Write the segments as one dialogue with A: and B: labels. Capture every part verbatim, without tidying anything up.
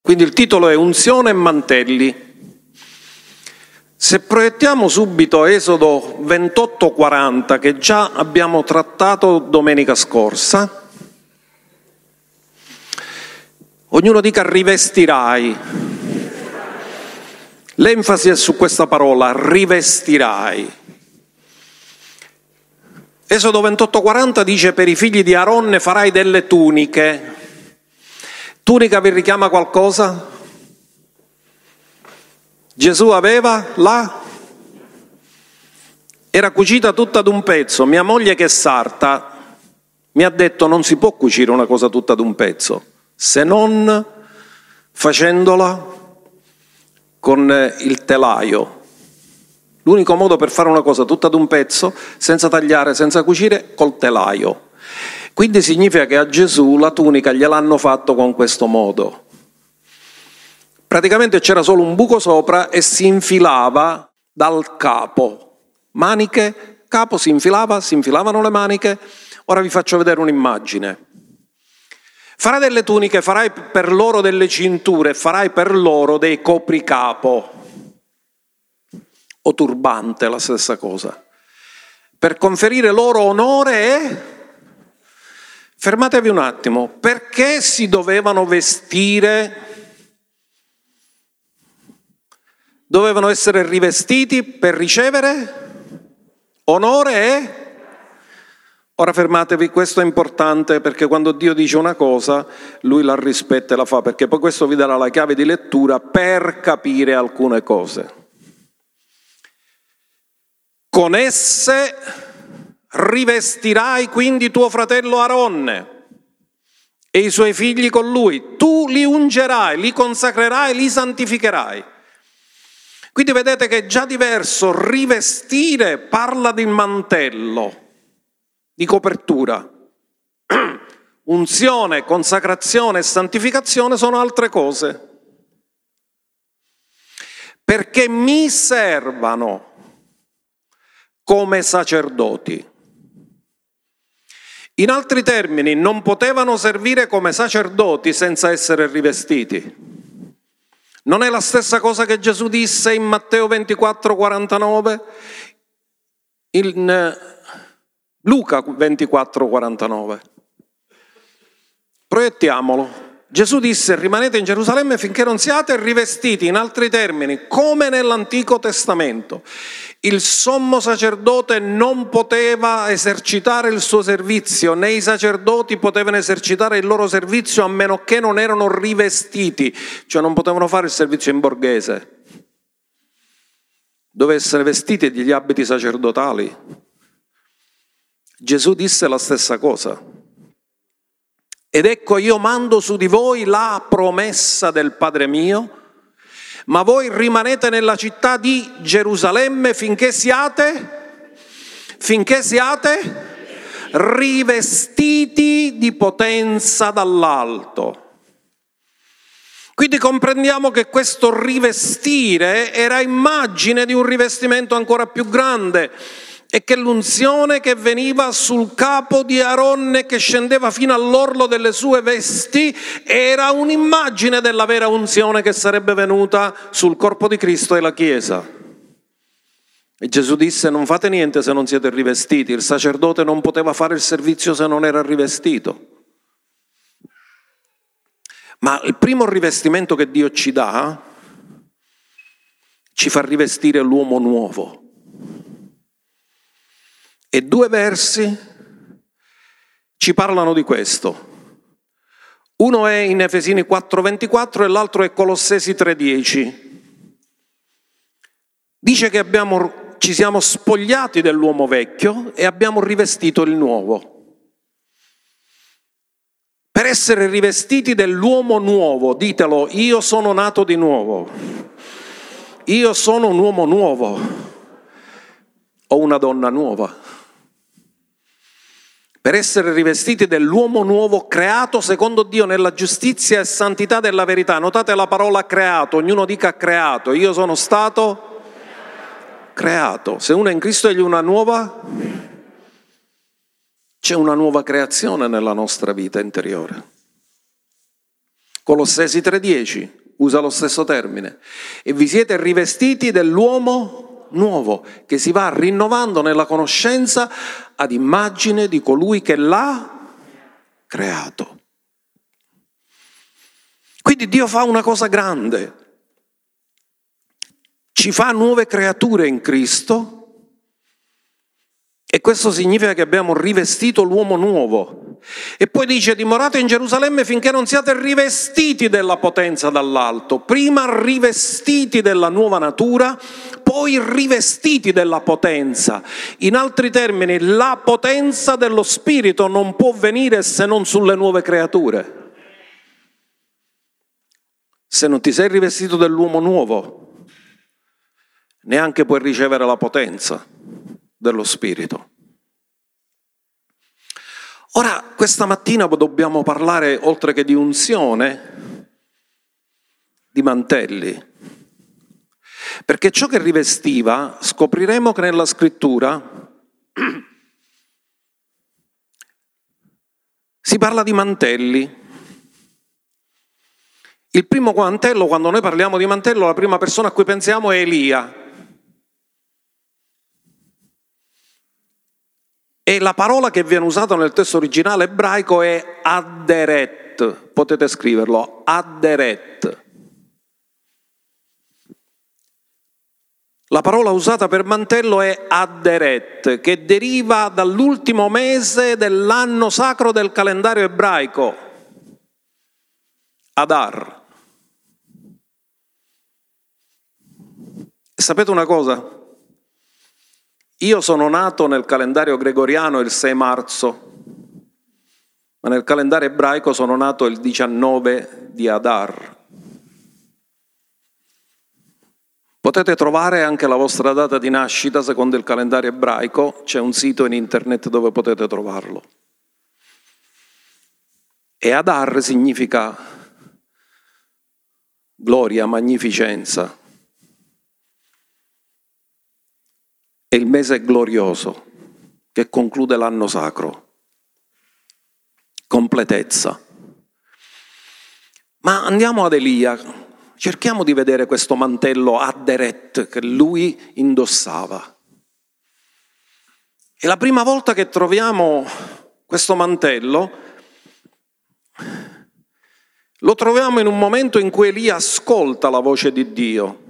A: Quindi il titolo è Unzione e mantelli. Se proiettiamo subito Esodo ventotto quaranta, che già abbiamo trattato domenica scorsa, ognuno dica rivestirai. L'enfasi è su questa parola, rivestirai. Esodo ventotto quaranta dice: per i figli di Aaronne farai delle tuniche. Tunica vi richiama qualcosa? Gesù aveva la... era cucita tutta d'un pezzo. Mia moglie, che è sarta, mi ha detto: non si può cucire una cosa tutta d'un pezzo, se non facendola con il telaio. L'unico modo per fare una cosa tutta d'un pezzo, senza tagliare, senza cucire, col telaio. Quindi significa che a Gesù la tunica gliel'hanno fatto con questo modo. Praticamente c'era solo un buco sopra e si infilava dal capo. Maniche, capo, si infilava, si infilavano le maniche. Ora vi faccio vedere un'immagine. Farai delle tuniche, farai per loro delle cinture, farai per loro dei copricapo. O turbante, la stessa cosa. Per conferire loro onore e... Fermatevi un attimo. Perché si dovevano vestire... Dovevano essere rivestiti per ricevere onore e... Ora fermatevi, questo è importante, perché quando Dio dice una cosa, Lui la rispetta e la fa, perché poi questo vi darà la chiave di lettura per capire alcune cose. Con esse rivestirai quindi tuo fratello Aaronne e i suoi figli con lui. Tu li ungerai, li consacrerai, li santificherai. Quindi vedete che è già diverso. Rivestire parla di mantello, di copertura. Unzione, consacrazione e santificazione sono altre cose. Perché mi servano come sacerdoti. In altri termini, non potevano servire come sacerdoti senza essere rivestiti. Non è la stessa cosa che Gesù disse in Matteo ventiquattro quarantanove? In Luca ventiquattro quarantanove. Proiettiamolo. Gesù disse: rimanete in Gerusalemme finché non siate rivestiti, in altri termini, come nell'Antico Testamento. Il sommo sacerdote non poteva esercitare il suo servizio, né i sacerdoti potevano esercitare il loro servizio a meno che non erano rivestiti, cioè non potevano fare il servizio in borghese. Dovevano essere vestiti degli abiti sacerdotali. Gesù disse la stessa cosa. Ed ecco, io mando su di voi la promessa del Padre mio, ma voi rimanete nella città di Gerusalemme finché siate, finché siate rivestiti di potenza dall'alto. Quindi comprendiamo che questo rivestire era immagine di un rivestimento ancora più grande, e che l'unzione che veniva sul capo di Aaronne, che scendeva fino all'orlo delle sue vesti, era un'immagine della vera unzione che sarebbe venuta sul corpo di Cristo e la Chiesa. E Gesù disse: non fate niente se non siete rivestiti. Il sacerdote non poteva fare il servizio se non era rivestito. Ma il primo rivestimento che Dio ci dà ci fa rivestire l'uomo nuovo. E due versi ci parlano di questo. Uno è in Efesini quattro ventiquattro e l'altro è Colossesi tre dieci. Dice che abbiamo, ci siamo spogliati dell'uomo vecchio e abbiamo rivestito il nuovo. Per essere rivestiti dell'uomo nuovo, ditelo: io sono nato di nuovo. Io sono un uomo nuovo. O una donna nuova. Per essere rivestiti dell'uomo nuovo creato secondo Dio nella giustizia e santità della verità. Notate la parola creato, ognuno dica creato. Io sono stato creato. Se uno è in Cristo egli è una nuova, c'è una nuova creazione nella nostra vita interiore. Colossesi tre dieci usa lo stesso termine. E vi siete rivestiti dell'uomo nuovo, che si va rinnovando nella conoscenza ad immagine di colui che l'ha creato. Quindi Dio fa una cosa grande. Ci fa nuove creature in Cristo e questo significa che abbiamo rivestito l'uomo nuovo. E poi dice: dimorate in Gerusalemme finché non siate rivestiti della potenza dall'alto. Prima rivestiti della nuova natura, poi rivestiti della potenza. In altri termini, la potenza dello Spirito non può venire se non sulle nuove creature. Se non ti sei rivestito dell'uomo nuovo, neanche puoi ricevere la potenza dello Spirito. Ora, questa mattina dobbiamo parlare, oltre che di unzione, di mantelli. Perché ciò che rivestiva, scopriremo che nella Scrittura si parla di mantelli. Il primo mantello, quando noi parliamo di mantello, la prima persona a cui pensiamo è Elia. E la parola che viene usata nel testo originale ebraico è aderet. Potete scriverlo, aderet. La parola usata per mantello è aderet, che deriva dall'ultimo mese dell'anno sacro del calendario ebraico, Adar. E sapete una cosa? Io sono nato nel calendario gregoriano il sei marzo, ma nel calendario ebraico sono nato il diciannove di Adar. Potete trovare anche la vostra data di nascita secondo il calendario ebraico, c'è un sito in internet dove potete trovarlo. E Adar significa gloria, magnificenza. È il mese glorioso che conclude l'anno sacro. Completezza. Ma andiamo ad Elia, cerchiamo di vedere questo mantello aderet che lui indossava. E la prima volta che troviamo questo mantello, lo troviamo in un momento in cui Elia ascolta la voce di Dio.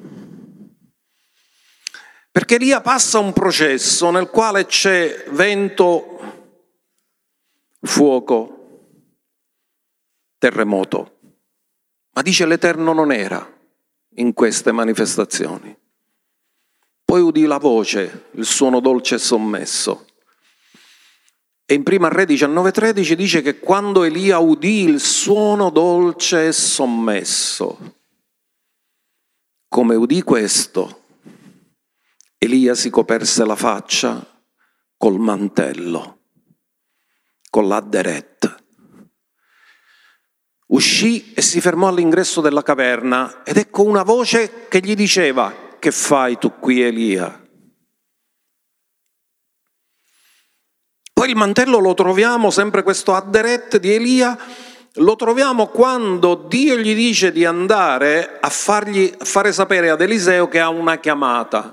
A: Perché Elia passa un processo nel quale c'è vento, fuoco, terremoto. Ma dice l'Eterno non era in queste manifestazioni. Poi udì la voce, il suono dolce e sommesso. E in Prima Re diciannove tredici dice che quando Elia udì il suono dolce e sommesso, come udì questo, Elia si coperse la faccia col mantello, con l'aderet. Uscì e si fermò all'ingresso della caverna ed ecco una voce che gli diceva: che fai tu qui, Elia? Poi il mantello lo troviamo, sempre questo aderet di Elia, lo troviamo quando Dio gli dice di andare a, fargli, a fare sapere ad Eliseo che ha una chiamata.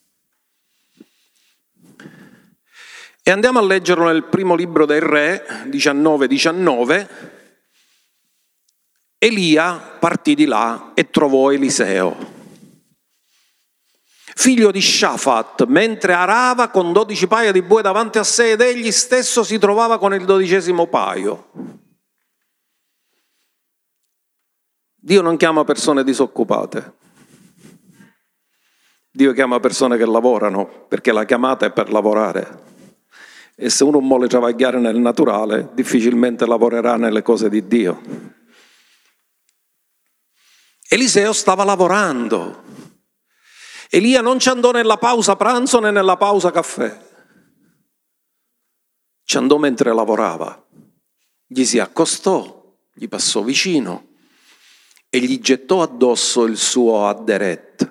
A: E andiamo a leggerlo nel primo libro del Re, diciannove diciannove. Elia partì di là e trovò Eliseo, figlio di Shafat, mentre arava con dodici paia di bue davanti a sé ed egli stesso si trovava con il dodicesimo paio. Dio non chiama persone disoccupate. Dio chiama persone che lavorano, perché la chiamata è per lavorare. E se uno vuole travagliare nel naturale, difficilmente lavorerà nelle cose di Dio. Eliseo stava lavorando. Elia non ci andò nella pausa pranzo né nella pausa caffè. Ci andò mentre lavorava. Gli si accostò, gli passò vicino e gli gettò addosso il suo aderet.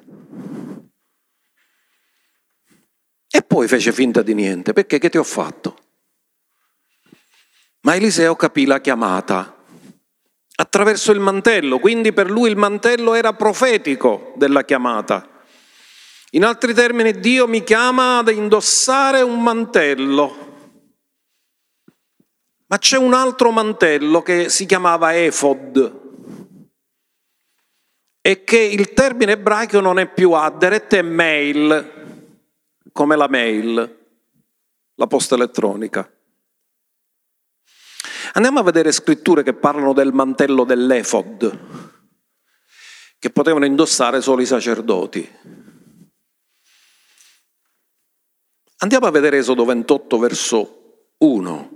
A: E poi fece finta di niente, perché che ti ho fatto? Ma Eliseo capì la chiamata attraverso il mantello, quindi per lui il mantello era profetico della chiamata. In altri termini, Dio mi chiama ad indossare un mantello. Ma c'è un altro mantello che si chiamava efod e che il termine ebraico non è più aderet, è mail, come la mail, la posta elettronica. Andiamo a vedere scritture che parlano del mantello dell'efod, che potevano indossare solo i sacerdoti. Andiamo a vedere Esodo ventotto, verso uno,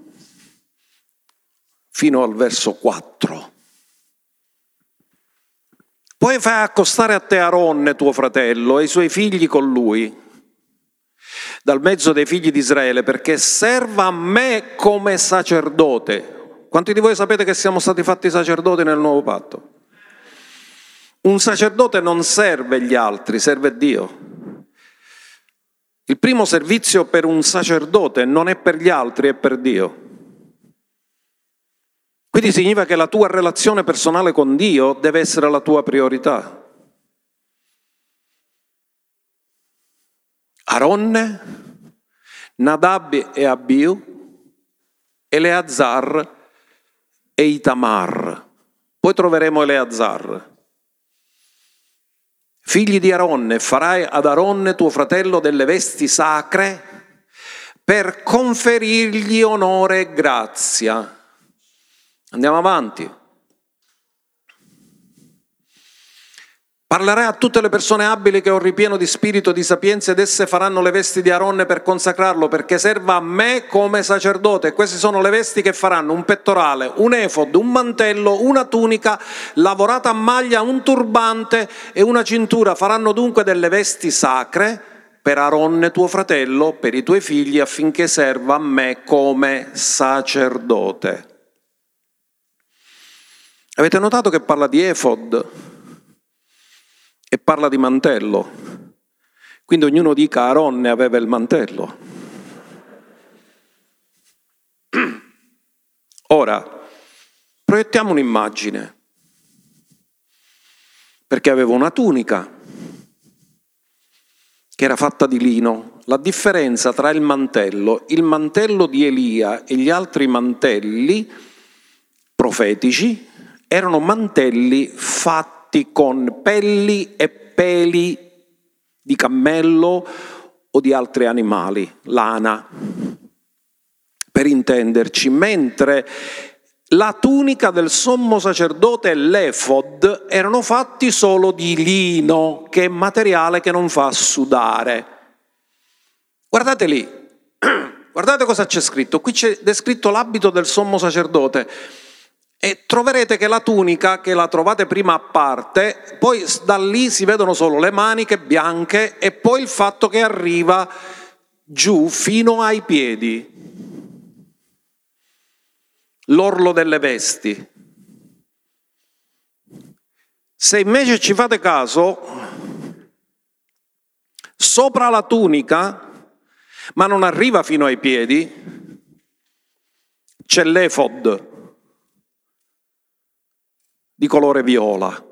A: fino al verso quattro. Poi fai accostare a te Aronne, tuo fratello, e i suoi figli con lui, dal mezzo dei figli di Israele, perché serva a me come sacerdote. Quanti di voi sapete che siamo stati fatti sacerdoti nel nuovo patto? Un sacerdote non serve gli altri, serve Dio. Il primo servizio per un sacerdote non è per gli altri, è per Dio. Quindi significa che la tua relazione personale con Dio deve essere la tua priorità. Aronne, Nadab e Abiu, Eleazar e Itamar. Poi troveremo Eleazar. Figli di Aronne, farai ad Aronne tuo fratello delle vesti sacre per conferirgli onore e grazia. Andiamo avanti. Parlerai a tutte le persone abili che ho ripieno di spirito di sapienza ed esse faranno le vesti di Aronne per consacrarlo, perché serva a me come sacerdote. E queste sono le vesti che faranno: un pettorale, un efod, un mantello, una tunica lavorata a maglia, un turbante e una cintura. Faranno dunque delle vesti sacre per Aronne tuo fratello, per i tuoi figli, affinché serva a me come sacerdote. Avete notato che parla di efod e parla di mantello? Quindi ognuno dica: Aronne aveva il mantello. Ora, proiettiamo un'immagine, perché aveva una tunica che era fatta di lino. La differenza tra il mantello, il mantello di Elia e gli altri mantelli profetici erano mantelli fatti con pelli e peli di cammello o di altri animali, lana, per intenderci, mentre la tunica del sommo sacerdote e l'efod erano fatti solo di lino, che è materiale che non fa sudare. Guardate lì, guardate cosa c'è scritto. Qui c'è descritto l'abito del sommo sacerdote. E troverete che la tunica, che la trovate prima a parte, poi da lì si vedono solo le maniche bianche e poi il fatto che arriva giù fino ai piedi, l'orlo delle vesti. Se invece ci fate caso, sopra la tunica, ma non arriva fino ai piedi, c'è l'efod di colore viola.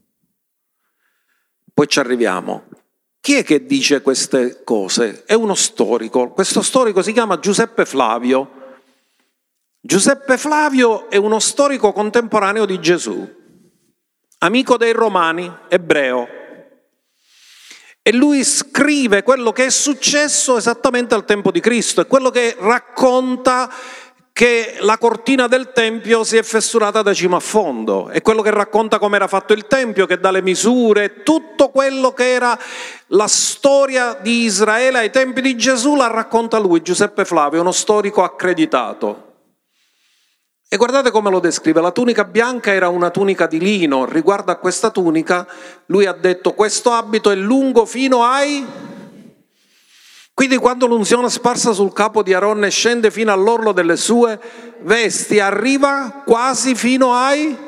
A: Poi ci arriviamo. Chi è che dice queste cose? È uno storico. Questo storico si chiama Giuseppe Flavio. Giuseppe Flavio è uno storico contemporaneo di Gesù, amico dei Romani, ebreo. E lui scrive quello che è successo esattamente al tempo di Cristo, è quello che racconta che la cortina del Tempio si è fessurata da cima a fondo, è quello che racconta come era fatto il Tempio, che dalle misure, tutto quello che era la storia di Israele ai tempi di Gesù la racconta lui, Giuseppe Flavio, uno storico accreditato. E guardate come lo descrive: la tunica bianca era una tunica di lino. Riguardo a questa tunica lui ha detto: questo abito è lungo fino ai... Quindi quando l'unzione sparsa sul capo di Aronne scende fino all'orlo delle sue vesti, arriva quasi fino ai...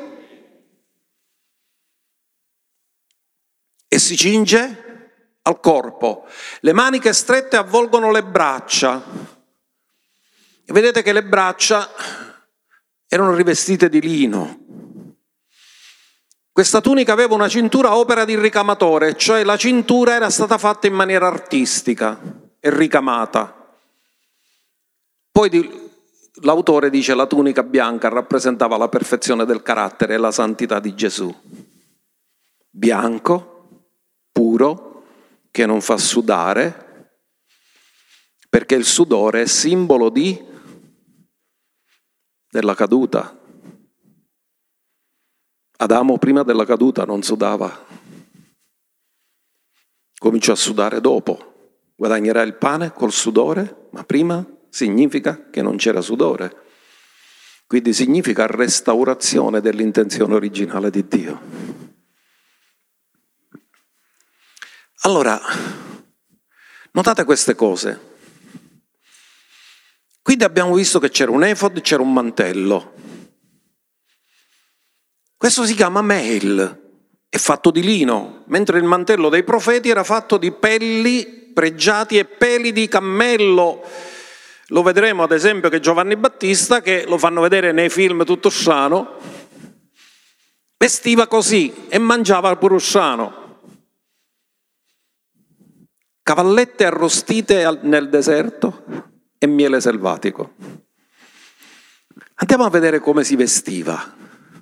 A: e si cinge al corpo. Le maniche strette avvolgono le braccia. E vedete che le braccia erano rivestite di lino. Questa tunica aveva una cintura a opera di ricamatore, cioè la cintura era stata fatta in maniera artistica e ricamata. Poi l'autore dice che la tunica bianca rappresentava la perfezione del carattere e la santità di Gesù. Bianco, puro, che non fa sudare, perché il sudore è simbolo di della caduta. Adamo prima della caduta non sudava, cominciò a sudare dopo. Guadagnerà il pane col sudore, ma prima significa che non c'era sudore. Quindi significa restaurazione dell'intenzione originale di Dio. Allora, notate queste cose. Quindi abbiamo visto che c'era un efod, c'era un mantello. Questo si chiama mail, è fatto di lino, mentre il mantello dei profeti era fatto di pelli pregiati e peli di cammello. Lo vedremo ad esempio che Giovanni Battista, che lo fanno vedere nei film tutto sano, vestiva così e mangiava pure sano. Cavallette arrostite nel deserto e miele selvatico. Andiamo a vedere come si vestiva.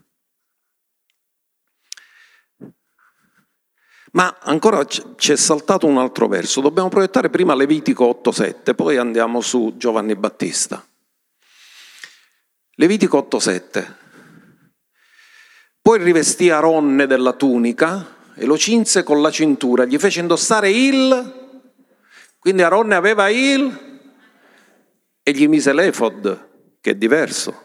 A: Ma ancora ci è saltato un altro verso, dobbiamo proiettare prima Levitico otto sette, poi andiamo su Giovanni Battista. Levitico otto sette. Poi rivestì Aronne della tunica e lo cinse con la cintura, gli fece indossare il, quindi Aronne aveva il, e gli mise l'efod, che è diverso.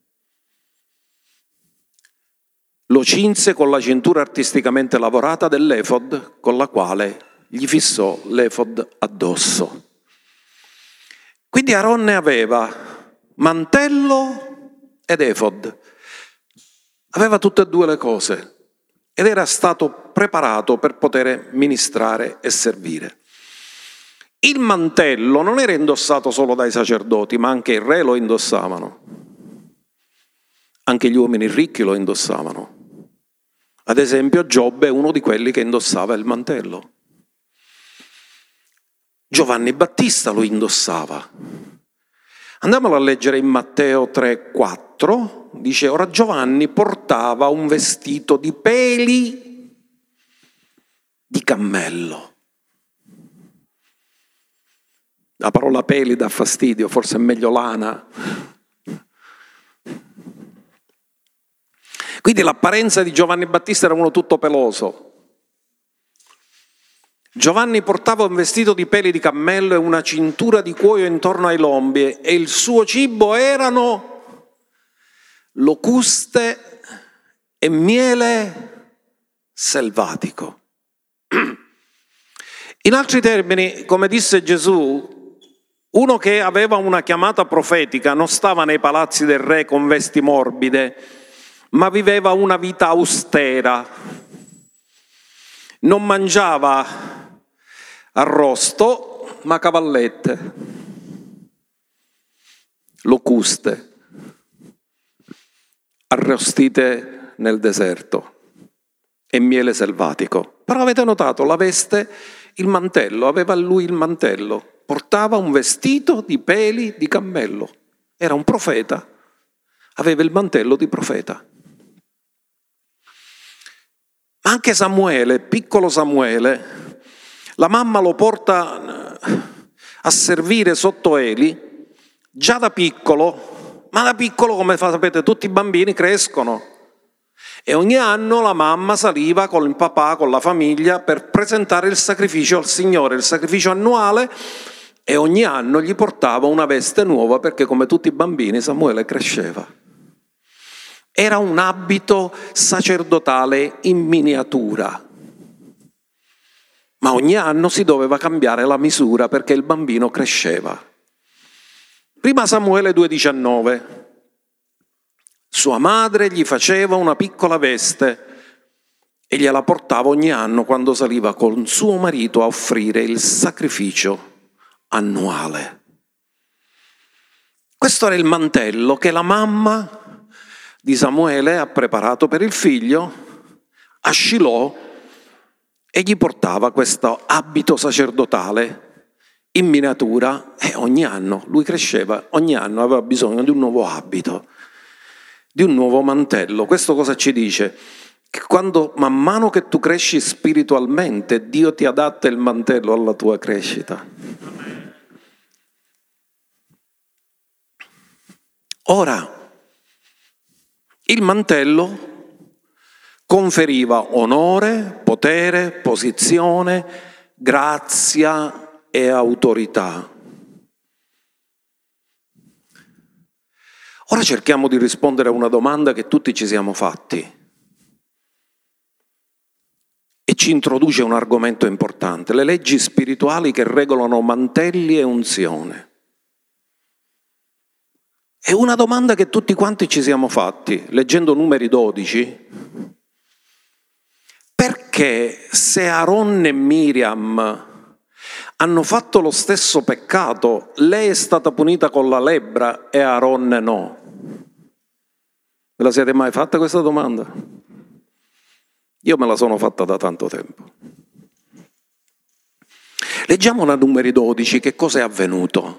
A: Lo cinse con la cintura artisticamente lavorata dell'efod, con la quale gli fissò l'efod addosso. Quindi Aronne aveva mantello ed efod. Aveva tutte e due le cose ed era stato preparato per poter ministrare e servire. Il mantello non era indossato solo dai sacerdoti, ma anche i re lo indossavano. Anche gli uomini ricchi lo indossavano. Ad esempio Giobbe è uno di quelli che indossava il mantello. Giovanni Battista lo indossava. Andiamolo a leggere in Matteo tre quattro, dice: ora Giovanni portava un vestito di peli di cammello. La parola peli dà fastidio, forse è meglio lana. Quindi l'apparenza di Giovanni Battista era uno tutto peloso. Giovanni portava un vestito di peli di cammello e una cintura di cuoio intorno ai lombi e il suo cibo erano locuste e miele selvatico. In altri termini, come disse Gesù, uno che aveva una chiamata profetica non stava nei palazzi del re con vesti morbide, ma viveva una vita austera, non mangiava arrosto, ma cavallette, locuste, arrostite nel deserto e miele selvatico. Però avete notato, la veste, il mantello, aveva lui il mantello, portava un vestito di peli di cammello, era un profeta, aveva il mantello di profeta. Ma anche Samuele, piccolo Samuele, la mamma lo porta a servire sotto Eli, già da piccolo, ma da piccolo, come sapete, tutti i bambini crescono. E ogni anno la mamma saliva con il papà, con la famiglia, per presentare il sacrificio al Signore, il sacrificio annuale, e ogni anno gli portava una veste nuova, perché come tutti i bambini Samuele cresceva. Era un abito sacerdotale in miniatura, ma ogni anno si doveva cambiare la misura perché il bambino cresceva. Prima Samuele due diciannove, sua madre gli faceva una piccola veste e gliela portava ogni anno quando saliva con suo marito a offrire il sacrificio annuale. Questo era il mantello che la mamma di Samuele ha preparato per il figlio, a Shiloh e gli portava questo abito sacerdotale in miniatura e ogni anno, lui cresceva, ogni anno aveva bisogno di un nuovo abito, di un nuovo mantello. Questo cosa ci dice? Che quando man mano che tu cresci spiritualmente, Dio ti adatta il mantello alla tua crescita. Ora, il mantello conferiva onore, potere, posizione, grazia e autorità. Ora cerchiamo di rispondere a una domanda che tutti ci siamo fatti e ci introduce un argomento importante: le leggi spirituali che regolano mantelli e unzione. È una domanda che tutti quanti ci siamo fatti, leggendo Numeri dodici. Perché se Aaron e Miriam hanno fatto lo stesso peccato, lei è stata punita con la lebbra e Aaron no? Ve la siete mai fatta questa domanda? Io me la sono fatta da tanto tempo. Leggiamo la Numeri dodici, che cosa è avvenuto?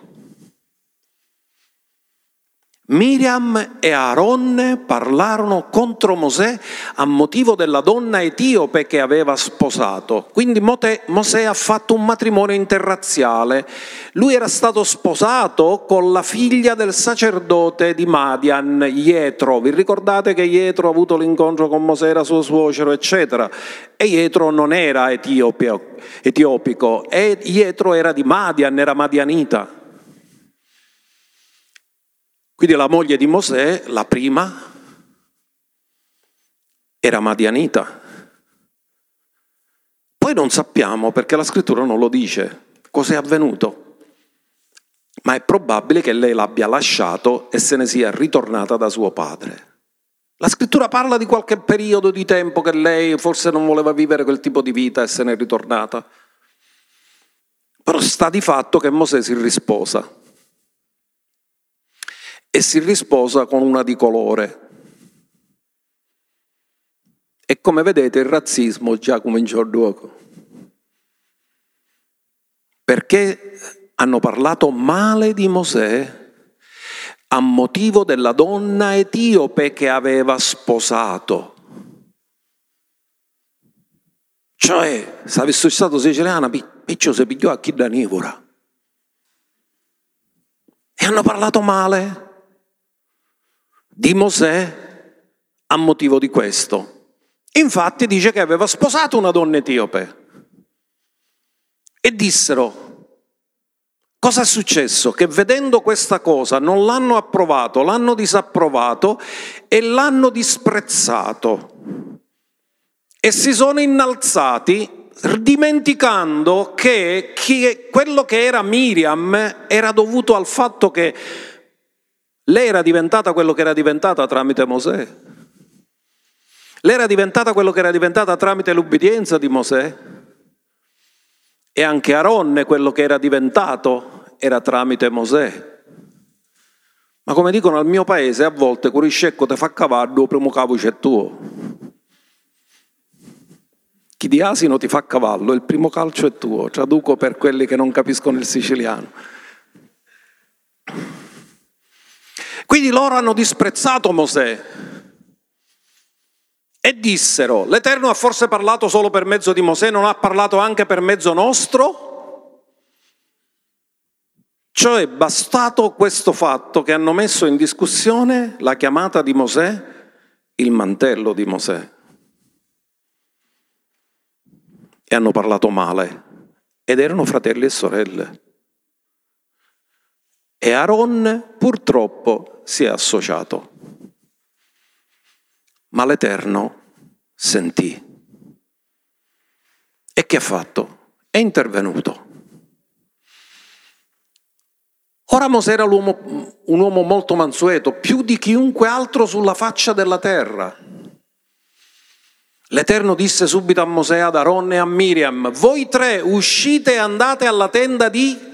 A: Miriam e Aaron parlarono contro Mosè a motivo della donna etiope che aveva sposato. Quindi Mosè ha fatto un matrimonio interrazziale. Lui era stato sposato con la figlia del sacerdote di Madian, Jetro. Vi ricordate che Jetro ha avuto l'incontro con Mosè, era suo suocero, eccetera. E Jetro non era etiopico, etiopico, e Jetro era di Madian, era madianita. Quindi la moglie di Mosè, la prima, era madianita. Poi non sappiamo, perché la scrittura non lo dice, cos'è avvenuto. Ma è probabile che lei l'abbia lasciato e se ne sia ritornata da suo padre. La scrittura parla di qualche periodo di tempo che lei forse non voleva vivere quel tipo di vita e se ne è ritornata. Però sta di fatto che Mosè si risposa. E si risposa con una di colore. E come vedete il razzismo già cominciò a gioco. Perché hanno parlato male di Mosè a motivo della donna etiope che aveva sposato. Cioè, se avesse stato siciliana, piccio si pigliò a chi da Nivora. E hanno parlato male di Mosè a motivo di questo. Infatti dice che aveva sposato una donna etiope. E dissero, cosa è successo? Che vedendo questa cosa non l'hanno approvato, l'hanno disapprovato e l'hanno disprezzato. E si sono innalzati dimenticando che chi, quello che era Miriam era dovuto al fatto che lei era diventata quello che era diventata tramite Mosè. Lei era diventata quello che era diventata tramite l'ubbidienza di Mosè. E anche Aaron quello che era diventato era tramite Mosè. Ma come dicono al mio paese, a volte curiscecco te fa cavallo, il primo capo c'è tuo. Chi di asino ti fa cavallo, il primo calcio è tuo. Traduco per quelli che non capiscono il siciliano. Quindi loro hanno disprezzato Mosè e dissero: l'Eterno ha forse parlato solo per mezzo di Mosè, non ha parlato anche per mezzo nostro? Cioè, bastato questo fatto che hanno messo in discussione la chiamata di Mosè, il mantello di Mosè, e hanno parlato male, ed erano fratelli e sorelle. E Aaron purtroppo si è associato. Ma l'Eterno sentì. E che ha fatto? È intervenuto. Ora Mosè era l'uomo, un uomo molto mansueto, più di chiunque altro sulla faccia della terra. L'Eterno disse subito a Mosè, ad Aaron e a Miriam: voi tre uscite e andate alla tenda di...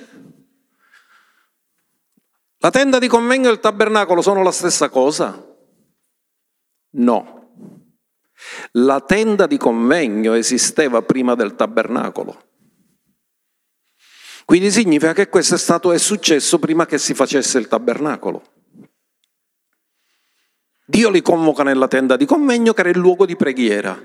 A: La tenda di convegno e il tabernacolo sono la stessa cosa? No. La tenda di convegno esisteva prima del tabernacolo. Quindi significa che questo è stato è successo prima che si facesse il tabernacolo. Dio li convoca nella tenda di convegno, che era il luogo di preghiera.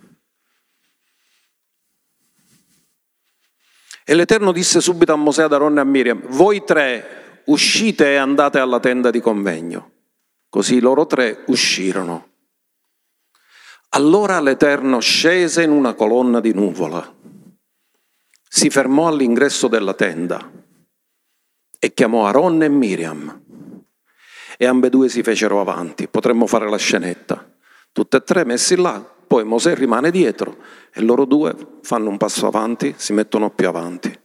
A: E l'Eterno disse subito a Mosè, ad Aronne e a Miriam: voi tre uscite e andate alla tenda di convegno. Così loro tre uscirono. Allora l'Eterno scese in una colonna di nuvola, si fermò all'ingresso della tenda e chiamò Aronne e Miriam. E ambedue si fecero avanti. Potremmo fare la scenetta. Tutte e tre messi là, poi Mosè rimane dietro e loro due fanno un passo avanti, si mettono più avanti.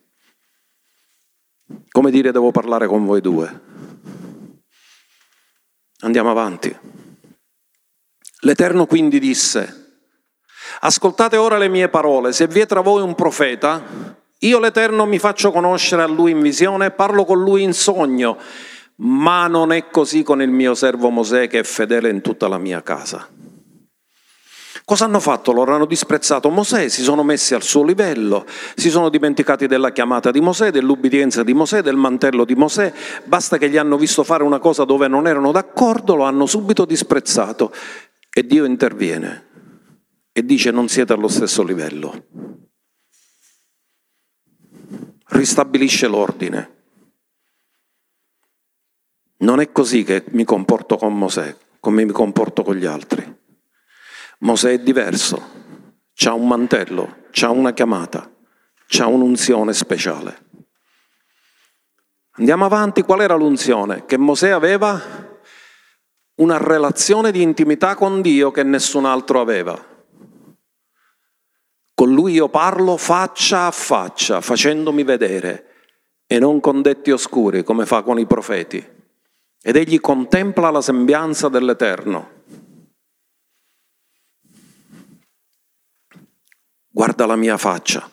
A: Come dire, devo parlare con voi due. Andiamo avanti. L'Eterno quindi disse: ascoltate ora le mie parole, se vi è tra voi un profeta, io l'Eterno mi faccio conoscere a lui in visione, parlo con lui in sogno, ma non è così con il mio servo Mosè, che è fedele in tutta la mia casa. Cosa hanno fatto? Loro hanno disprezzato Mosè, si sono messi al suo livello, si sono dimenticati della chiamata di Mosè, dell'ubbidienza di Mosè, del mantello di Mosè. Basta che gli hanno visto fare una cosa dove non erano d'accordo, lo hanno subito disprezzato. E Dio interviene e dice: non siete allo stesso livello. Ristabilisce l'ordine. Non è così che mi comporto con Mosè, come mi comporto con gli altri. Mosè è diverso, c'ha un mantello, c'ha una chiamata, c'ha un'unzione speciale. Andiamo avanti. Qual era l'unzione? Che Mosè aveva una relazione di intimità con Dio che nessun altro aveva. Con lui io parlo faccia a faccia, facendomi vedere, e non con detti oscuri come fa con i profeti. Ed egli contempla la sembianza dell'Eterno. Guarda la mia faccia.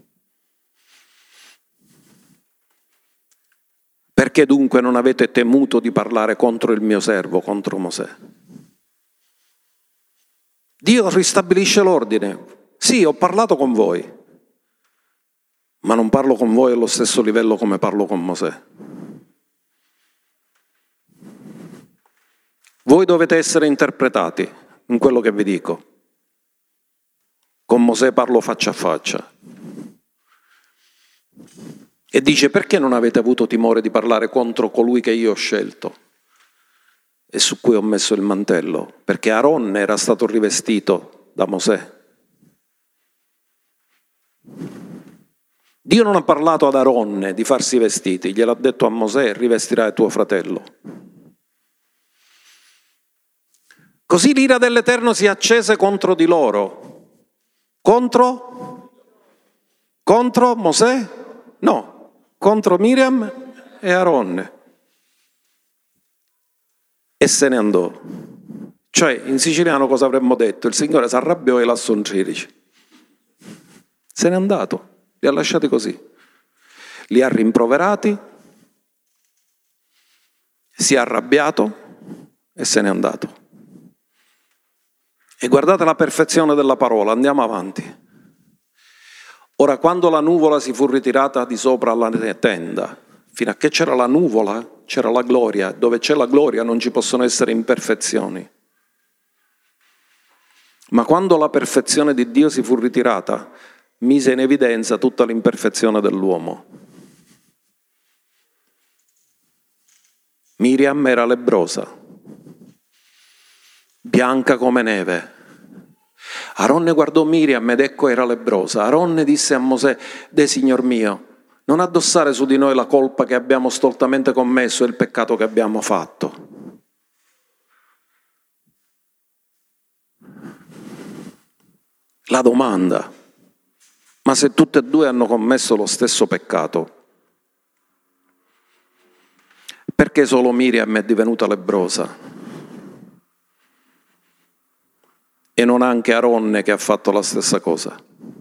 A: Perché dunque non avete temuto di parlare contro il mio servo, contro Mosè? Dio ristabilisce l'ordine. Sì, ho parlato con voi, ma non parlo con voi allo stesso livello come parlo con Mosè. Voi dovete essere interpretati in quello che vi dico. Con Mosè parlo faccia a faccia. E dice: perché non avete avuto timore di parlare contro colui che io ho scelto e su cui ho messo il mantello? Perché Aronne era stato rivestito da Mosè. Dio non ha parlato ad Aronne di farsi vestiti, gliel'ha detto a Mosè: rivestirai tuo fratello. Così l'ira dell'Eterno si accese contro di loro. Contro? Contro Mosè? No, contro Miriam e Aronne. E se ne andò. Cioè, in siciliano cosa avremmo detto? Il Signore si arrabbiò e lasciò un tredici. Se n'è andato, li ha lasciati così. Li ha rimproverati, si è arrabbiato e se n'è andato. E guardate la perfezione della parola, andiamo avanti. Ora, quando la nuvola si fu ritirata di sopra la tenda, fino a che c'era la nuvola, c'era la gloria. Dove c'è la gloria non ci possono essere imperfezioni. Ma quando la perfezione di Dio si fu ritirata, mise in evidenza tutta l'imperfezione dell'uomo. Miriam era lebbrosa, bianca come neve. Aronne guardò Miriam ed ecco era lebbrosa. Aronne disse a Mosè: «De Signor mio, non addossare su di noi la colpa che abbiamo stoltamente commesso e il peccato che abbiamo fatto». La domanda: ma se tutte e due hanno commesso lo stesso peccato, perché solo Miriam è divenuta lebbrosa? E non anche Aronne che ha fatto la stessa cosa?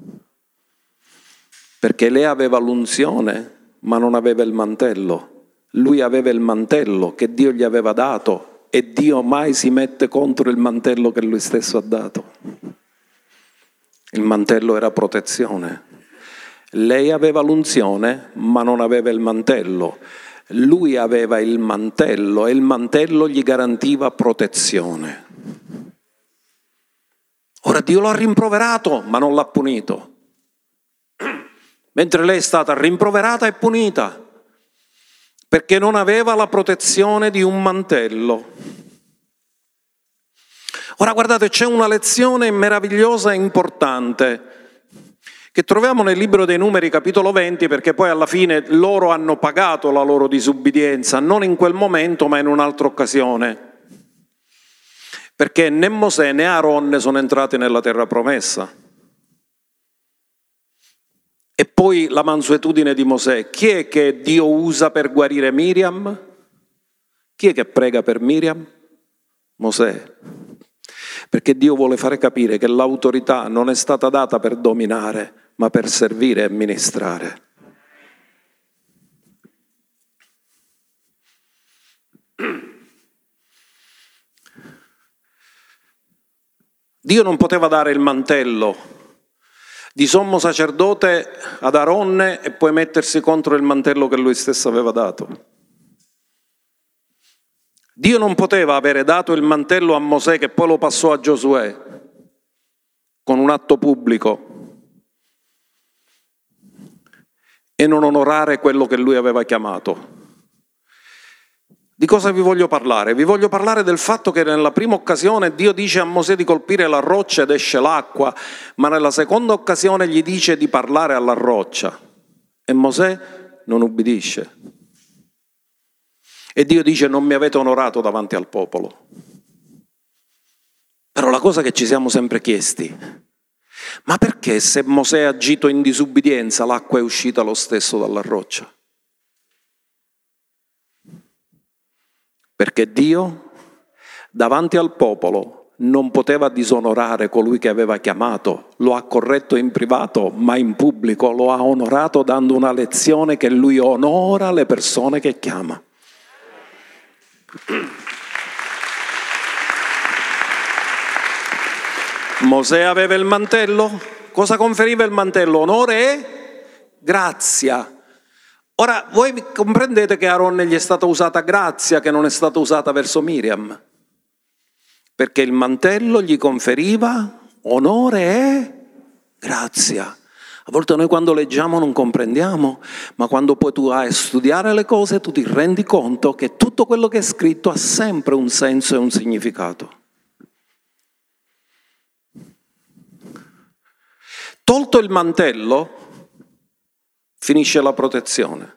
A: Perché lei aveva l'unzione, ma non aveva il mantello. Lui aveva il mantello che Dio gli aveva dato e Dio mai si mette contro il mantello che lui stesso ha dato. Il mantello era protezione. Lei aveva l'unzione, ma non aveva il mantello. Lui aveva il mantello e il mantello gli garantiva protezione. Ora Dio lo ha rimproverato, ma non l'ha punito. Mentre lei è stata rimproverata e punita, perché non aveva la protezione di un mantello. Ora guardate, c'è una lezione meravigliosa e importante che troviamo nel libro dei Numeri capitolo venti, perché poi alla fine loro hanno pagato la loro disubbidienza, non in quel momento ma in un'altra occasione, perché né Mosè né Aaron sono entrati nella terra promessa. E poi la mansuetudine di Mosè: chi è che Dio usa per guarire Miriam? Chi è che prega per Miriam? Mosè. Perché Dio vuole fare capire che l'autorità non è stata data per dominare, ma per servire e amministrare. Dio non poteva dare il mantello di sommo sacerdote ad Aronne e poi mettersi contro il mantello che lui stesso aveva dato. Dio non poteva avere dato il mantello a Mosè che poi lo passò a Giosuè con un atto pubblico e non onorare quello che lui aveva chiamato. Di cosa vi voglio parlare? Vi voglio parlare del fatto che nella prima occasione Dio dice a Mosè di colpire la roccia ed esce l'acqua, ma nella seconda occasione gli dice di parlare alla roccia e Mosè non ubbidisce. E Dio dice: non mi avete onorato davanti al popolo. Però la cosa che ci siamo sempre chiesti: ma perché se Mosè ha agito in disubbidienza l'acqua è uscita lo stesso dalla roccia? Perché Dio davanti al popolo non poteva disonorare colui che aveva chiamato, lo ha corretto in privato, ma in pubblico lo ha onorato dando una lezione che lui onora le persone che chiama. Mosè aveva il mantello? Cosa conferiva il mantello? Onore e grazia. Ora, voi comprendete che a Aaronne gli è stata usata grazia che non è stata usata verso Miriam, perché il mantello gli conferiva onore e grazia. A volte noi quando leggiamo non comprendiamo, ma quando poi tu vai a studiare le cose tu ti rendi conto che tutto quello che è scritto ha sempre un senso e un significato. Tolto il mantello, finisce la protezione.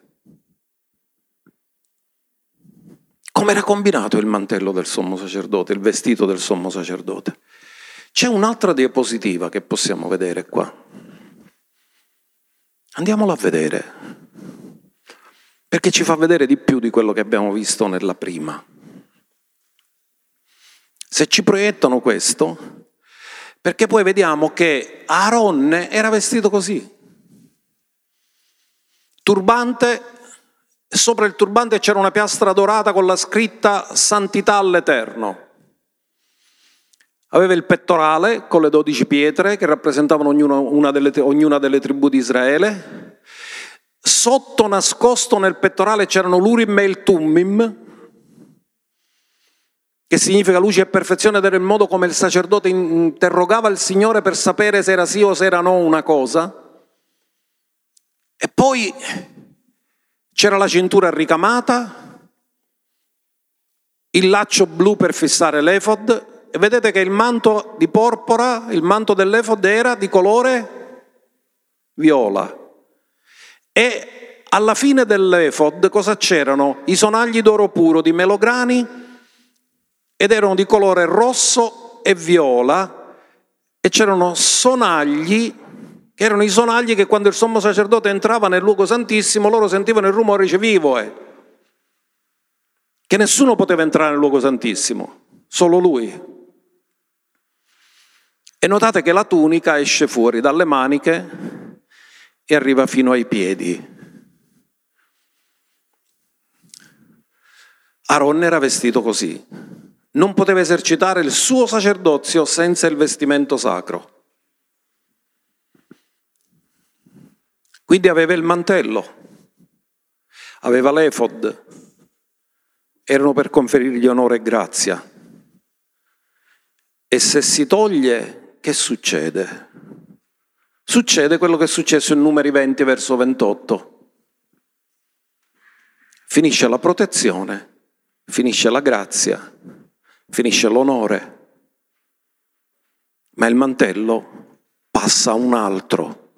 A: Come era combinato il mantello del sommo sacerdote, il vestito del sommo sacerdote? C'è un'altra diapositiva che possiamo vedere qua. Andiamola a vedere, perché ci fa vedere di più di quello che abbiamo visto nella prima. Se ci proiettano questo, perché poi vediamo che Aaronne era vestito così. Turbante, e sopra il turbante c'era una piastra dorata con la scritta Santità all'Eterno. Aveva il pettorale con le dodici pietre che rappresentavano ognuna, una delle, ognuna delle tribù di Israele. Sotto nascosto nel pettorale c'erano l'Urim e il Tummim, che significa luce e perfezione, ed era il modo come il sacerdote interrogava il Signore per sapere se era sì o se era no una cosa. E poi c'era la cintura ricamata, il laccio blu per fissare l'efod, e vedete che il manto di porpora, il manto dell'efod era di colore viola. E alla fine dell'efod cosa c'erano? I sonagli d'oro puro di melograni, ed erano di colore rosso e viola, e c'erano sonagli, che erano i sonagli che quando il sommo sacerdote entrava nel luogo santissimo, loro sentivano il rumore, dice vivo è, che nessuno poteva entrare nel luogo santissimo, solo lui. E notate che la tunica esce fuori dalle maniche e arriva fino ai piedi. Aaronne era vestito così. Non poteva esercitare il suo sacerdozio senza il vestimento sacro. Quindi aveva il mantello, aveva l'efod, erano per conferirgli onore e grazia. E se si toglie, che succede? Succede quello che è successo in Numeri venti verso ventotto. Finisce la protezione, finisce la grazia, finisce l'onore, ma il mantello passa a un altro.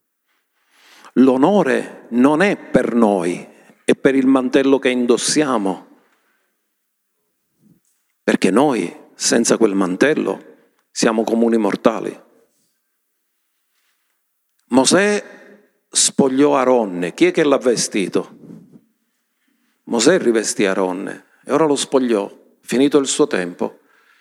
A: L'onore non è per noi, è per il mantello che indossiamo, perché noi senza quel mantello siamo comuni mortali. Mosè spogliò Aronne. Chi è che l'ha vestito? Mosè rivestì Aronne e ora lo spogliò, finito il suo tempo,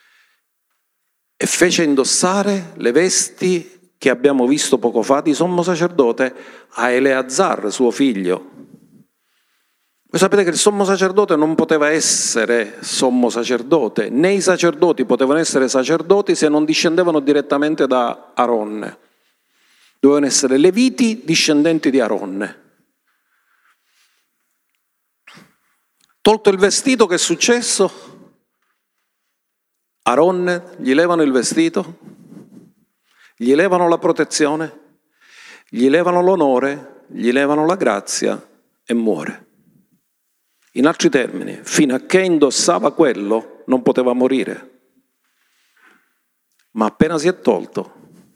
A: e fece indossare le vesti che abbiamo visto poco fa di sommo sacerdote a Eleazar, suo figlio. Voi sapete che il sommo sacerdote non poteva essere sommo sacerdote, né i sacerdoti potevano essere sacerdoti se non discendevano direttamente da Aronne. Dovevano essere leviti discendenti di Aronne. Tolto il vestito, che è successo? Aronne gli levano il vestito, gli levano la protezione, gli levano l'onore, gli levano la grazia e muore. In altri termini, fino a che indossava quello non poteva morire. Ma appena si è tolto,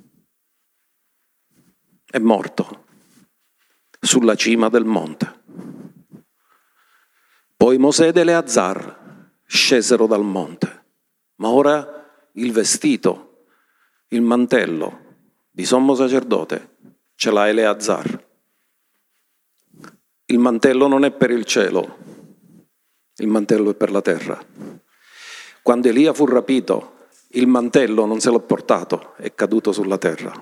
A: è morto sulla cima del monte. Poi Mosè ed Eleazar scesero dal monte, ma ora il vestito, il mantello di sommo sacerdote ce l'ha Eleazar. Il mantello non è per il cielo, il mantello è per la terra. Quando Elia fu rapito, il mantello non se l'ha portato, è caduto sulla terra.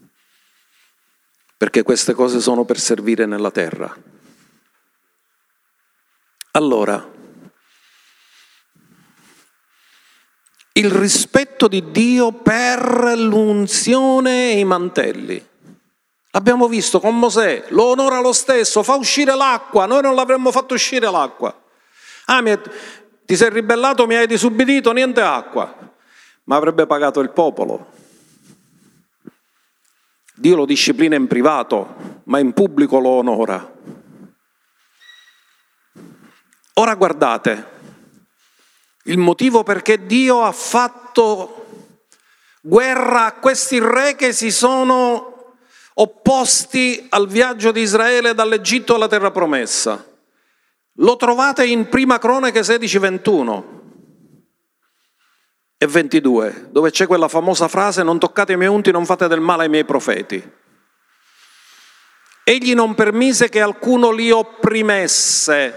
A: Perché queste cose sono per servire nella terra. Allora, il rispetto di Dio per l'unzione e i mantelli. Abbiamo visto con Mosè, lo onora lo stesso, fa uscire l'acqua, noi non l'avremmo fatto uscire l'acqua. Ah, mi è, ti sei ribellato, mi hai disubbidito, niente acqua. Ma avrebbe pagato il popolo. Dio lo disciplina in privato, ma in pubblico lo onora. Ora guardate, il motivo perché Dio ha fatto guerra a questi re che si sono opposti al viaggio di Israele dall'Egitto alla terra promessa. Lo trovate in Prima Cronache sedici, ventuno e ventidue, dove c'è quella famosa frase: non toccate i miei unti, non fate del male ai miei profeti. Egli non permise che alcuno li opprimesse,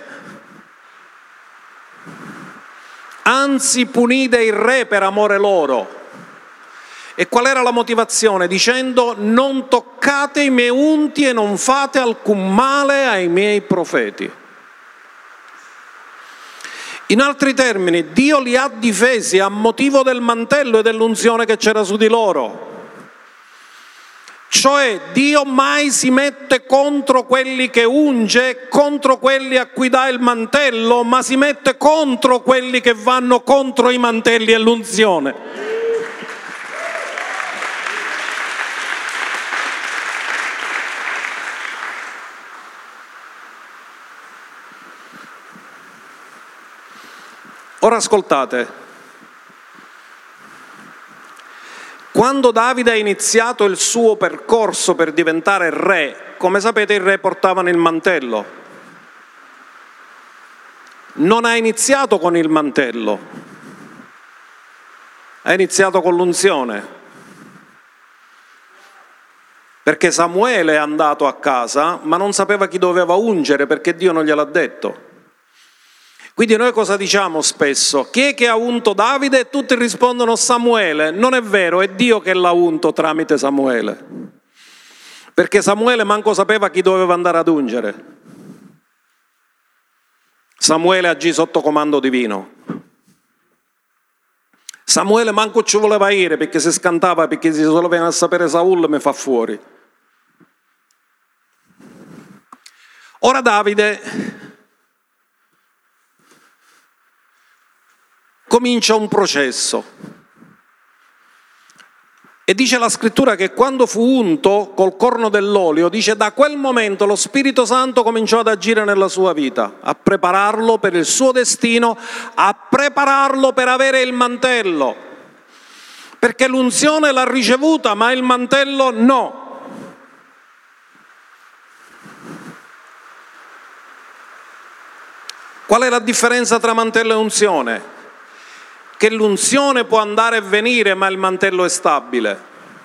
A: anzi punì dei re per amore loro. E qual era la motivazione? Dicendo: non toccate i miei unti e non fate alcun male ai miei profeti. In altri termini, Dio li ha difesi a motivo del mantello e dell'unzione che c'era su di loro. Cioè, Dio mai si mette contro quelli che unge, contro quelli a cui dà il mantello, ma si mette contro quelli che vanno contro i mantelli e l'unzione. Ora ascoltate, quando Davide ha iniziato il suo percorso per diventare re, come sapete i re portavano il mantello. Non ha iniziato con il mantello, ha iniziato con l'unzione. Perché Samuele è andato a casa, ma non sapeva chi doveva ungere perché Dio non gliel'ha detto. Quindi noi cosa diciamo spesso? Chi è che ha unto Davide? E tutti rispondono Samuele. Non è vero, è Dio che l'ha unto tramite Samuele. Perché Samuele manco sapeva chi doveva andare ad ungere. Samuele agì sotto comando divino. Samuele manco ci voleva dire perché si scantava, perché se solo viene a sapere Saul mi fa fuori. Ora Davide comincia un processo e dice la scrittura che quando fu unto col corno dell'olio, dice da quel momento lo Spirito Santo cominciò ad agire nella sua vita, a prepararlo per il suo destino, a prepararlo per avere il mantello, perché l'unzione l'ha ricevuta ma il mantello no. Qual è la differenza tra mantello e unzione? Che l'unzione può andare e venire, ma il mantello è stabile.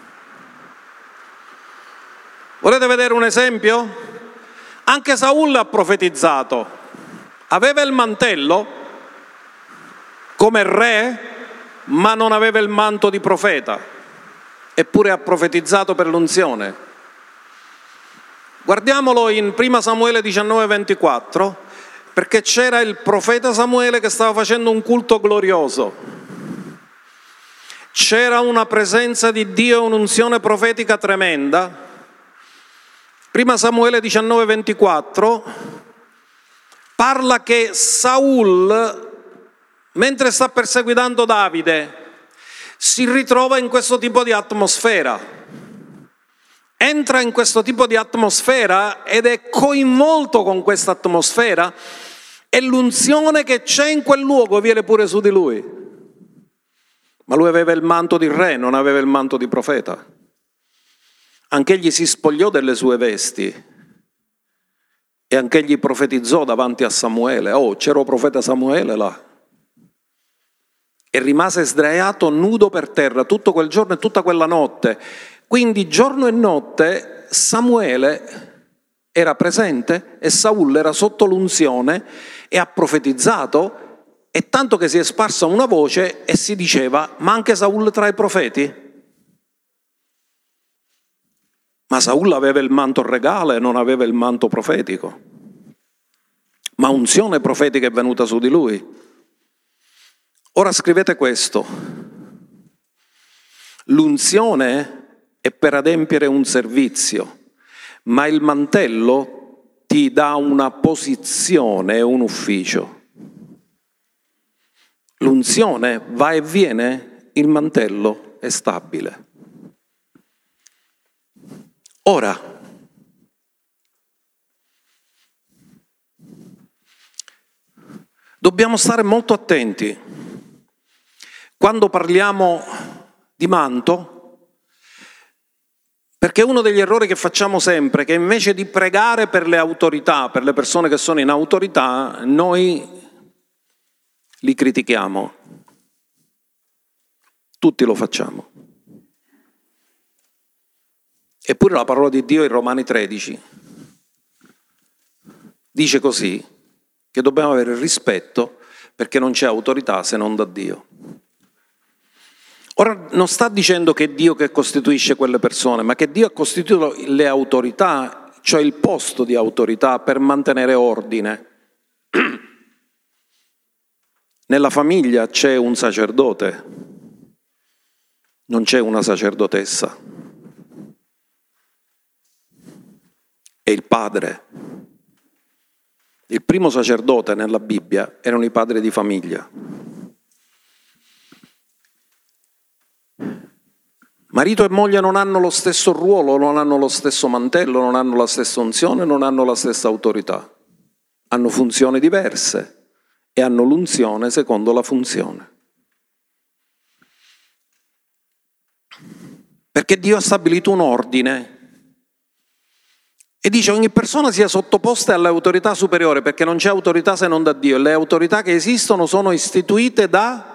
A: Volete vedere un esempio? Anche Saul ha profetizzato. Aveva il mantello come re, ma non aveva il manto di profeta. Eppure ha profetizzato per l'unzione. Guardiamolo in primo Samuele diciannove ventiquattro. Perché c'era il profeta Samuele che stava facendo un culto glorioso. C'era una presenza di Dio e un'unzione profetica tremenda. primo Samuele diciannove ventiquattro parla che Saul, mentre sta perseguitando Davide, si ritrova in questo tipo di atmosfera. Entra in questo tipo di atmosfera ed è coinvolto con questa atmosfera e l'unzione che c'è in quel luogo viene pure su di lui. Ma lui aveva il manto di re, non aveva il manto di profeta. Anch'egli si spogliò delle sue vesti e anch'egli profetizzò davanti a Samuele. Oh, c'era il profeta Samuele là. E rimase sdraiato nudo per terra tutto quel giorno e tutta quella notte. Quindi giorno e notte Samuele era presente e Saul era sotto l'unzione e ha profetizzato, e tanto che si è sparsa una voce e si diceva: ma anche Saul tra i profeti? Ma Saul aveva il manto regale, non aveva il manto profetico. Ma unzione profetica è venuta su di lui. Ora scrivete questo: l'unzione è per adempiere un servizio, ma il mantello ti dà una posizione e un ufficio. L'unzione va e viene, il mantello è stabile. Ora, dobbiamo stare molto attenti quando parliamo di manto, perché uno degli errori che facciamo sempre è che invece di pregare per le autorità, per le persone che sono in autorità, noi li critichiamo. Tutti lo facciamo. Eppure la parola di Dio in Romani tredici dice così, che dobbiamo avere rispetto perché non c'è autorità se non da Dio. Ora non sta dicendo che è Dio che costituisce quelle persone, ma che Dio ha costituito le autorità, cioè il posto di autorità per mantenere ordine. Nella famiglia c'è un sacerdote, non c'è una sacerdotessa. È il padre. Il primo sacerdote nella Bibbia erano i padri di famiglia. Marito e moglie non hanno lo stesso ruolo, non hanno lo stesso mantello, non hanno la stessa unzione, non hanno la stessa autorità. Hanno funzioni diverse e hanno l'unzione secondo la funzione. Perché Dio ha stabilito un ordine e dice ogni persona sia sottoposta alle autorità superiori, perché non c'è autorità se non da Dio, e le autorità che esistono sono istituite da...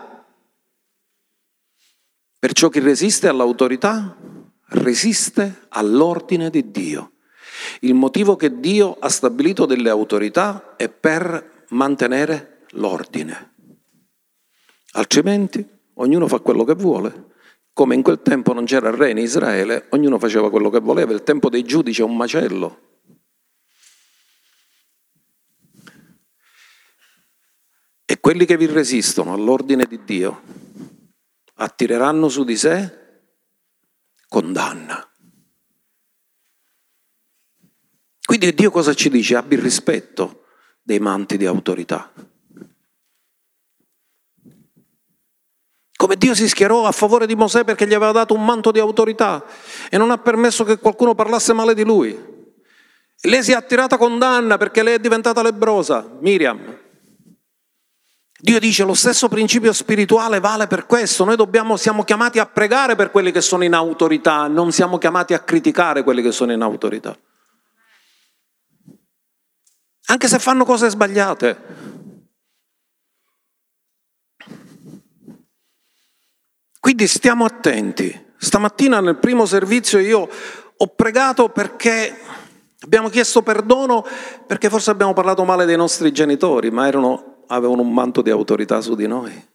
A: Perciò chi resiste all'autorità resiste all'ordine di Dio. Il motivo che Dio ha stabilito delle autorità è per mantenere l'ordine. Altrimenti ognuno fa quello che vuole. Come in quel tempo non c'era re in Israele, ognuno faceva quello che voleva. Il tempo dei giudici è un macello. E quelli che vi resistono all'ordine di Dio attireranno su di sé condanna. Quindi Dio cosa ci dice? Abbi il rispetto dei manti di autorità. Come Dio si schierò a favore di Mosè perché gli aveva dato un manto di autorità e non ha permesso che qualcuno parlasse male di lui. E lei si è attirata condanna perché lei è diventata lebbrosa, Miriam. Dio dice lo stesso principio spirituale vale per questo. Noi dobbiamo, siamo chiamati a pregare per quelli che sono in autorità, non siamo chiamati a criticare quelli che sono in autorità. Anche se fanno cose sbagliate. Quindi stiamo attenti. Stamattina nel primo servizio io ho pregato perché abbiamo chiesto perdono, perché forse abbiamo parlato male dei nostri genitori, ma erano, avevano un manto di autorità su di noi.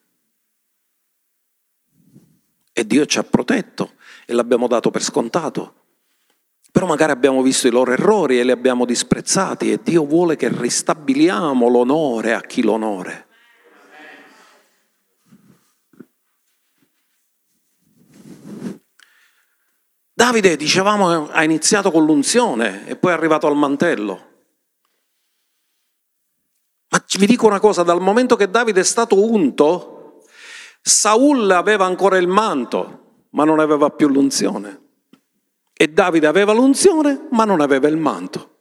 A: E Dio ci ha protetto e l'abbiamo dato per scontato. Però magari abbiamo visto i loro errori e li abbiamo disprezzati e Dio vuole che ristabiliamo l'onore a chi l'onore. Davide, dicevamo, ha iniziato con l'unzione e poi è arrivato al mantello. Ma vi dico una cosa, dal momento che Davide è stato unto, Saul aveva ancora il manto, ma non aveva più l'unzione. E Davide aveva l'unzione, ma non aveva il manto.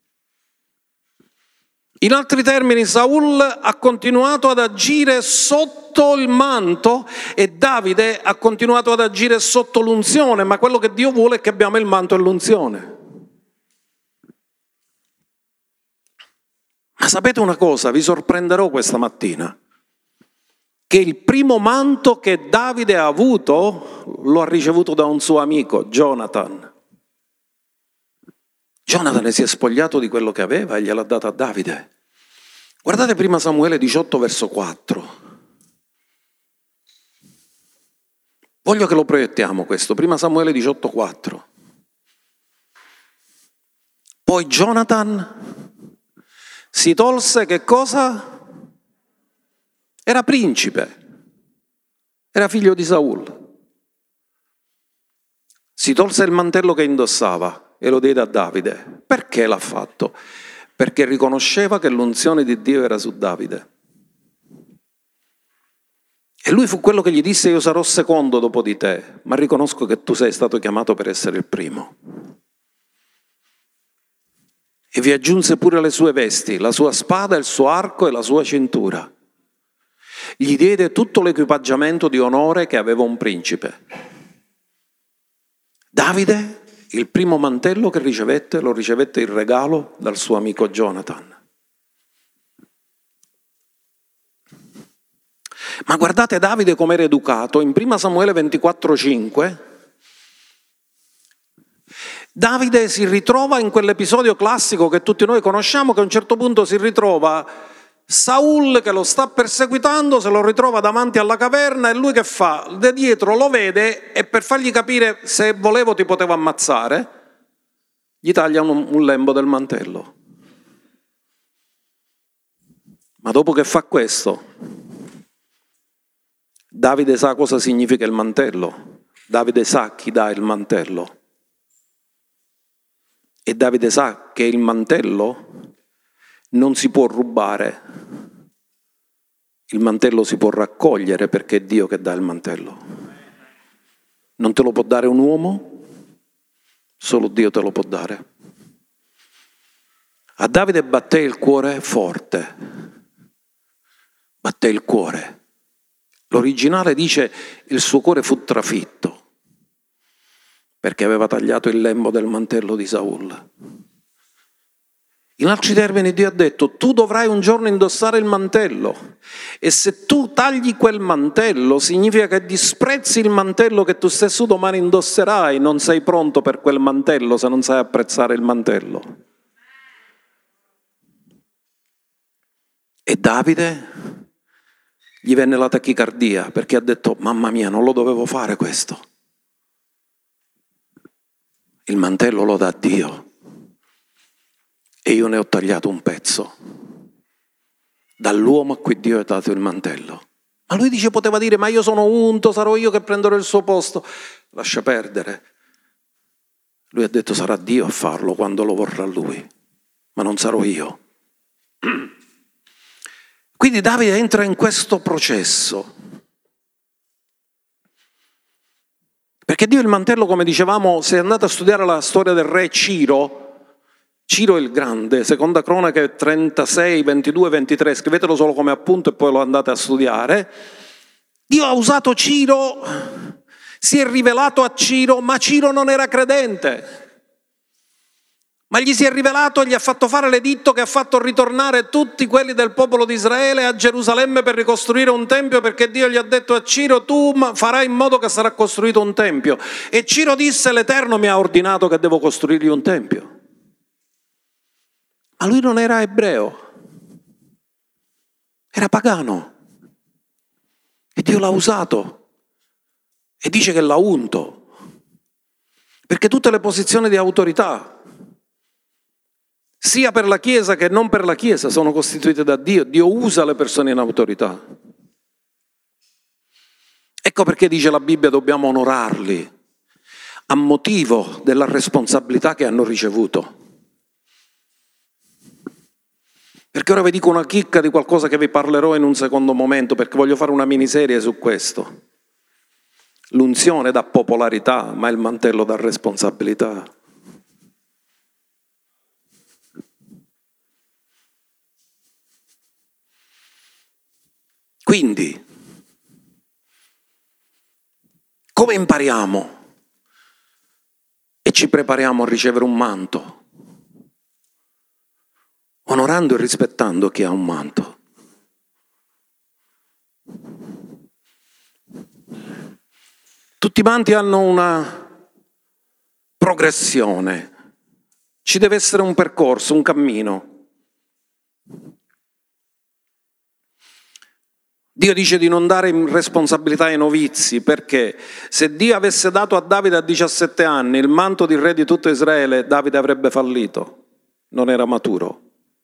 A: In altri termini, Saul ha continuato ad agire sotto il manto e Davide ha continuato ad agire sotto l'unzione, ma quello che Dio vuole è che abbiamo il manto e l'unzione. Ma sapete una cosa, vi sorprenderò questa mattina, che il primo manto che Davide ha avuto lo ha ricevuto da un suo amico, Jonathan. Jonathan si è spogliato di quello che aveva e gliel'ha dato a Davide. Guardate prima Samuele diciotto verso quattro. Voglio che lo proiettiamo questo, prima Samuele diciotto quattro. Poi Jonathan si tolse che cosa? Era principe, era figlio di Saul. Si tolse il mantello che indossava e lo diede a Davide. Perché l'ha fatto? Perché riconosceva che l'unzione di Dio era su Davide. E lui fu quello che gli disse: io sarò secondo dopo di te, ma riconosco che tu sei stato chiamato per essere il primo. E vi aggiunse pure le sue vesti, la sua spada, il suo arco e la sua cintura. Gli diede tutto l'equipaggiamento di onore che aveva un principe. Davide, il primo mantello che ricevette, lo ricevette in regalo dal suo amico Jonathan. Ma guardate Davide come era educato, in prima Samuele ventiquattro cinque, Davide si ritrova in quell'episodio classico che tutti noi conosciamo, che a un certo punto si ritrova Saul che lo sta perseguitando, se lo ritrova davanti alla caverna e lui che fa? Da dietro lo vede e per fargli capire se volevo ti potevo ammazzare, gli taglia un, un lembo del mantello. Ma dopo che fa questo, Davide sa cosa significa il mantello, Davide sa chi dà il mantello e Davide sa che il mantello non si può rubare, il mantello si può raccogliere perché è Dio che dà il mantello. Non te lo può dare un uomo, solo Dio te lo può dare. A Davide batté il cuore forte, batté il cuore. L'originale dice il suo cuore fu trafitto perché aveva tagliato il lembo del mantello di Saul. In altri termini Dio ha detto: tu dovrai un giorno indossare il mantello e se tu tagli quel mantello significa che disprezzi il mantello che tu stesso domani indosserai, non sei pronto per quel mantello se non sai apprezzare il mantello. E Davide gli venne la tachicardia perché ha detto: mamma mia, non lo dovevo fare questo. Il mantello lo dà Dio e io ne ho tagliato un pezzo dall'uomo a cui Dio ha dato il mantello. Ma lui dice, poteva dire: ma io sono unto, sarò io che prenderò il suo posto. Lascia perdere. Lui ha detto: sarà Dio a farlo quando lo vorrà lui. ma non sarò io. Quindi Davide entra in questo processo. Perché Dio il mantello, come dicevamo, se andate a studiare la storia del re Ciro, Ciro il Grande, seconda cronache trentasei, ventidue, ventitré, scrivetelo solo come appunto e poi lo andate a studiare. Dio ha usato Ciro, si è rivelato a Ciro, ma Ciro non era credente. Ma gli si è rivelato e gli ha fatto fare l'editto che ha fatto ritornare tutti quelli del popolo di Israele a Gerusalemme per ricostruire un tempio, perché Dio gli ha detto a Ciro: tu farai in modo che sarà costruito un tempio. E Ciro disse: l'Eterno mi ha ordinato che devo costruirgli un tempio. Ma lui non era ebreo, era pagano. E Dio l'ha usato e dice che l'ha unto, perché tutte le posizioni di autorità, sia per la Chiesa che non per la Chiesa, sono costituite da Dio. Dio usa le persone in autorità. Ecco perché dice la Bibbia: dobbiamo onorarli a motivo della responsabilità che hanno ricevuto. Perché ora vi dico una chicca di qualcosa che vi parlerò in un secondo momento, perché voglio fare una miniserie su questo. L'unzione dà popolarità, ma il mantello dà responsabilità. Quindi, come impariamo e ci prepariamo a ricevere un manto? Onorando e rispettando chi ha un manto. Tutti i manti hanno una progressione, ci deve essere un percorso, un cammino. Dio dice di non dare responsabilità ai novizi, perché se Dio avesse dato a Davide a diciassette anni il manto di re di tutto Israele, Davide avrebbe fallito, non era maturo.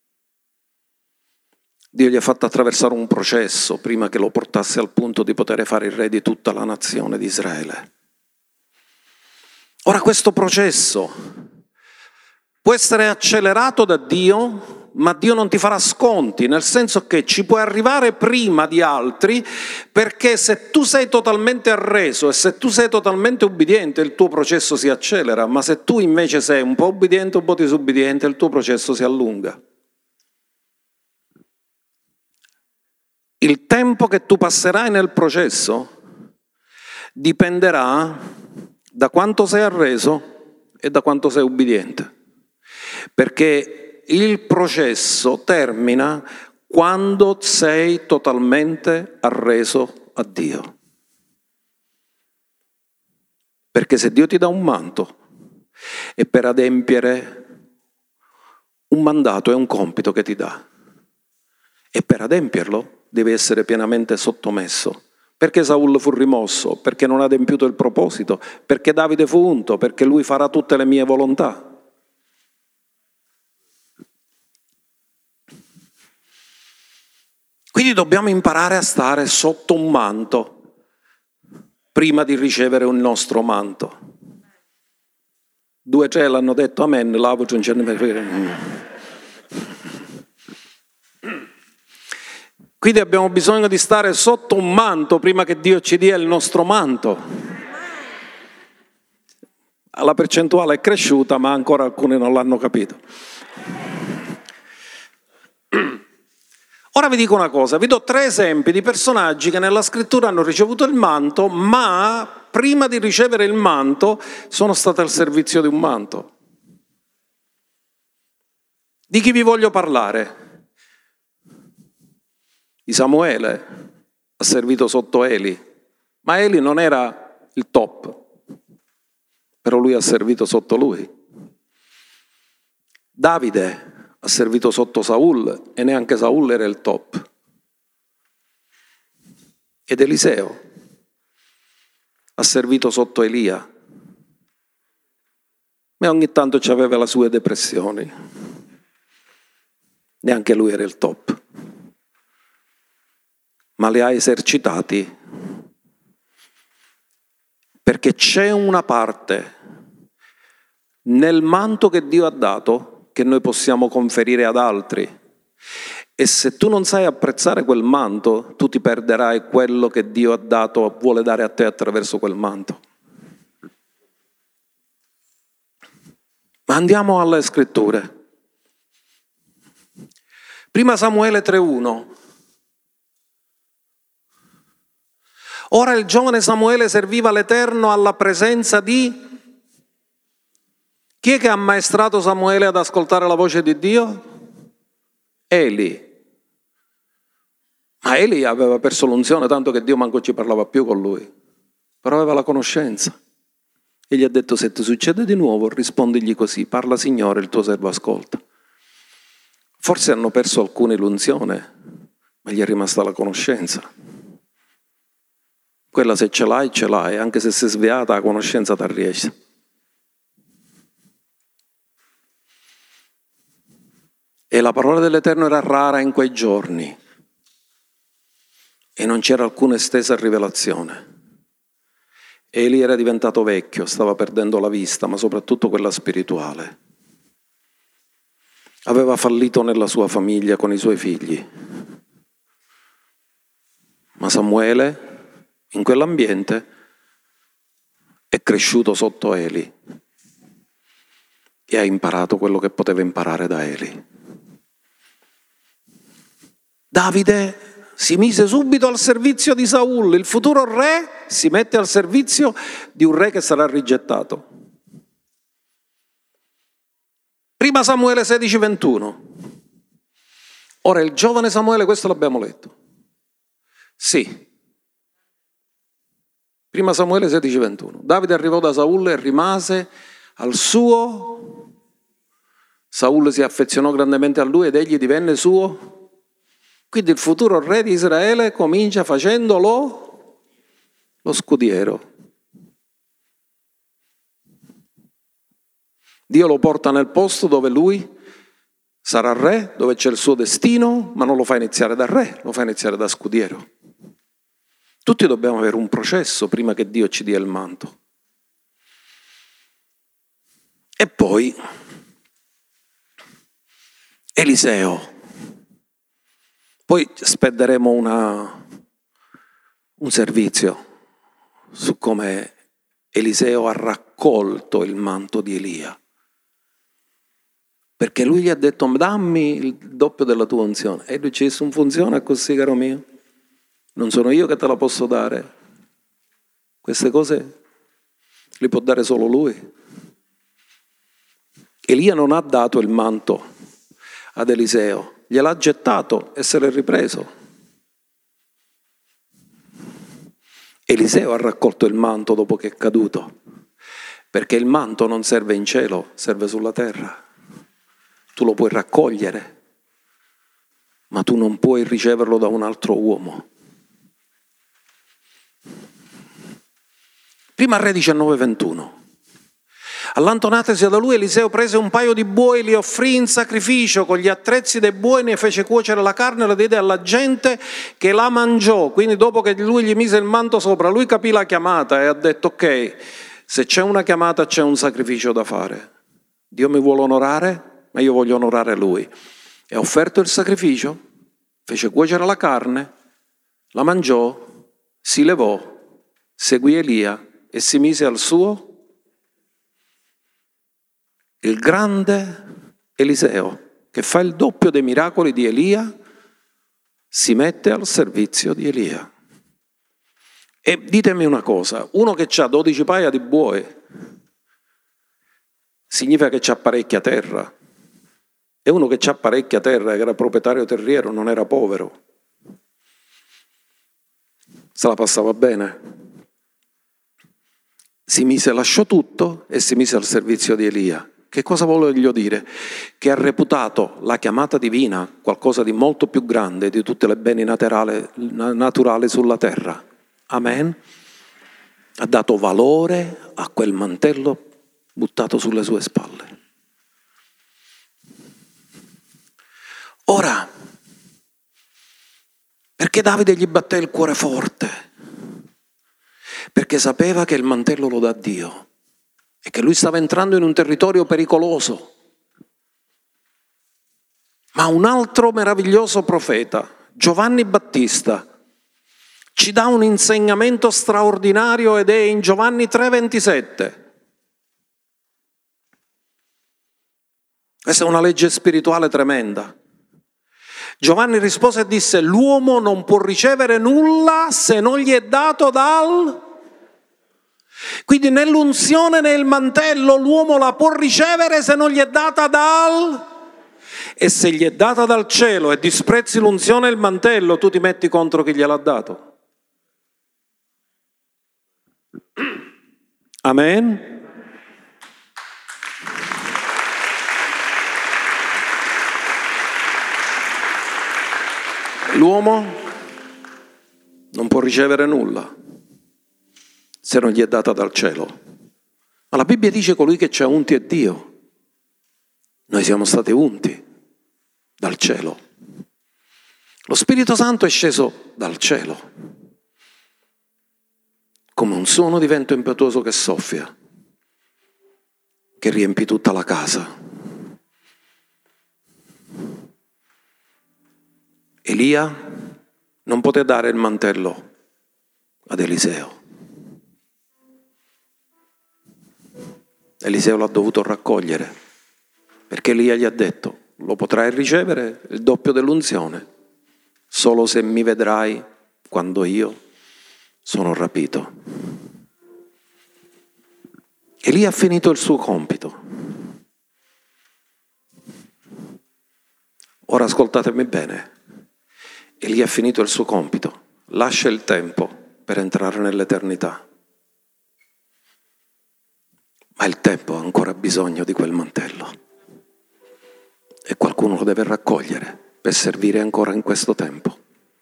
A: Dio gli ha fatto attraversare un processo prima che lo portasse al punto di poter fare il re di tutta la nazione di Israele. Ora questo processo può essere accelerato da Dio, ma Dio non ti farà sconti, nel senso che ci puoi arrivare prima di altri, perché se tu sei totalmente arreso e se tu sei totalmente ubbidiente, il tuo processo si accelera, ma se tu invece sei un po' ubbidiente, un po' disubbidiente, il tuo processo si allunga. Il tempo che tu passerai nel processo dipenderà da quanto sei arreso e da quanto sei ubbidiente, perché il processo termina quando sei totalmente arreso a Dio. Perché se Dio ti dà un manto è per adempiere un mandato e un compito che ti dà. E per adempierlo devi essere pienamente sottomesso. Perché Saul fu rimosso? Perché non ha adempiuto il proposito. Perché Davide fu unto? Perché lui farà tutte le mie volontà. Quindi dobbiamo imparare a stare sotto un manto prima di ricevere un nostro manto. Due o tre l'hanno detto amen, l'altro non ce ne. Quindi abbiamo bisogno di stare sotto un manto prima che Dio ci dia il nostro manto. La percentuale è cresciuta, ma ancora alcuni non l'hanno capito. Ora vi dico una cosa, vi do tre esempi di personaggi che nella scrittura hanno ricevuto il manto, ma prima di ricevere il manto sono stati al servizio di un manto. Di chi vi voglio parlare? Di Samuele, ha servito sotto Eli, ma Eli non era il top, però lui ha servito sotto lui. Davide ha servito sotto Saul e neanche Saul era il top. Ed Eliseo ha servito sotto Elia, ma ogni tanto aveva le sue depressioni. Neanche lui era il top, ma li ha esercitati, perché c'è una parte nel manto che Dio ha dato che noi possiamo conferire ad altri. E se tu non sai apprezzare quel manto, tu ti perderai quello che Dio ha dato, vuole dare a te attraverso quel manto. Ma andiamo alle scritture. Prima Samuele tre uno. Ora il giovane Samuele serviva l'Eterno alla presenza di... Chi è che ha ammaestrato Samuele ad ascoltare la voce di Dio? Eli. Ma Eli aveva perso l'unzione, tanto che Dio manco ci parlava più con lui. Però aveva la conoscenza. E gli ha detto: se ti succede di nuovo, rispondigli così: parla Signore, il tuo servo ascolta. Forse hanno perso alcuni l'unzione, ma gli è rimasta la conoscenza. Quella se ce l'hai, ce l'hai, anche se sei sviata, la conoscenza ti riesce. E la parola dell'Eterno era rara in quei giorni e non c'era alcuna estesa rivelazione. Eli era diventato vecchio, stava perdendo la vista, ma soprattutto quella spirituale. Aveva fallito nella sua famiglia con i suoi figli. Ma Samuele, in quell'ambiente, è cresciuto sotto Eli e ha imparato quello che poteva imparare da Eli. Davide si mise subito al servizio di Saul, il futuro re si mette al servizio di un re che sarà rigettato. Prima Samuele sedici ventuno. Ora il giovane Samuele, questo l'abbiamo letto. Sì. Prima Samuele sedici ventuno. Davide arrivò da Saul e rimase al suo. Saul si affezionò grandemente a lui ed egli divenne suo. Quindi il futuro re di Israele comincia facendolo lo scudiero. Dio lo porta nel posto dove lui sarà re, dove c'è il suo destino, ma non lo fa iniziare da re, lo fa iniziare da scudiero. Tutti dobbiamo avere un processo prima che Dio ci dia il manto. E poi Eliseo. Poi spenderemo una, un servizio su come Eliseo ha raccolto il manto di Elia. Perché lui gli ha detto: dammi il doppio della tua unzione. E lui ci disse: non funziona così, caro mio. Non sono io che te la posso dare. Queste cose le può dare solo lui. Elia non ha dato il manto ad Eliseo. Gliel'ha gettato e se l'è ripreso. Eliseo ha raccolto il manto dopo che è caduto, perché il manto non serve in cielo, serve sulla terra. Tu lo puoi raccogliere, ma tu non puoi riceverlo da un altro uomo. Prima Re diciannove ventuno. Allontanatesi da lui, Eliseo prese un paio di buoi, li offrì in sacrificio, con gli attrezzi dei buoi ne fece cuocere la carne e la diede alla gente che la mangiò. Quindi dopo che lui gli mise il manto sopra, lui capì la chiamata e ha detto: ok, se c'è una chiamata c'è un sacrificio da fare. Dio mi vuole onorare, ma io voglio onorare lui. E ha offerto il sacrificio, fece cuocere la carne, la mangiò, si levò, seguì Elia e si mise al suo. Il grande Eliseo, che fa il doppio dei miracoli di Elia, si mette al servizio di Elia. E ditemi una cosa, uno che ha dodici paia di buoi, significa che c'ha parecchia terra. E uno che c'ha parecchia terra, che era proprietario terriero, non era povero. Se la passava bene. Si mise, lasciò tutto e si mise al servizio di Elia. Che cosa voglio dire? Che ha reputato la chiamata divina qualcosa di molto più grande di tutte le beni naturali, naturali sulla terra. Amen? Ha dato valore a quel mantello buttato sulle sue spalle. Ora, perché Davide gli batté il cuore forte? Perché sapeva che il mantello lo dà Dio. E che lui stava entrando in un territorio pericoloso. Ma un altro meraviglioso profeta, Giovanni Battista, ci dà un insegnamento straordinario ed è in Giovanni tre ventisette. Questa è una legge spirituale tremenda. Giovanni rispose e disse: l'uomo non può ricevere nulla se non gli è dato dal... Quindi nell'unzione, nel mantello, l'uomo la può ricevere se non gli è data dal... E se gli è data dal cielo e disprezzi l'unzione e il mantello, tu ti metti contro chi gliel'ha dato. Amen? L'uomo non può ricevere nulla se non gli è data dal cielo. Ma la Bibbia dice: colui che ci ha unti è Dio. Noi siamo stati unti dal cielo. Lo Spirito Santo è sceso dal cielo come un suono di vento impetuoso che soffia, che riempì tutta la casa. Elia non poté dare il mantello ad Eliseo. Eliseo l'ha dovuto raccogliere, perché Elia gli ha detto: lo potrai ricevere il doppio dell'unzione solo se mi vedrai quando io sono rapito. Elia ha finito il suo compito. Ora ascoltatemi bene. Elia ha finito il suo compito. Lascia il tempo per entrare nell'eternità. Ma il tempo ha ancora bisogno di quel mantello. E qualcuno lo deve raccogliere per servire ancora in questo tempo.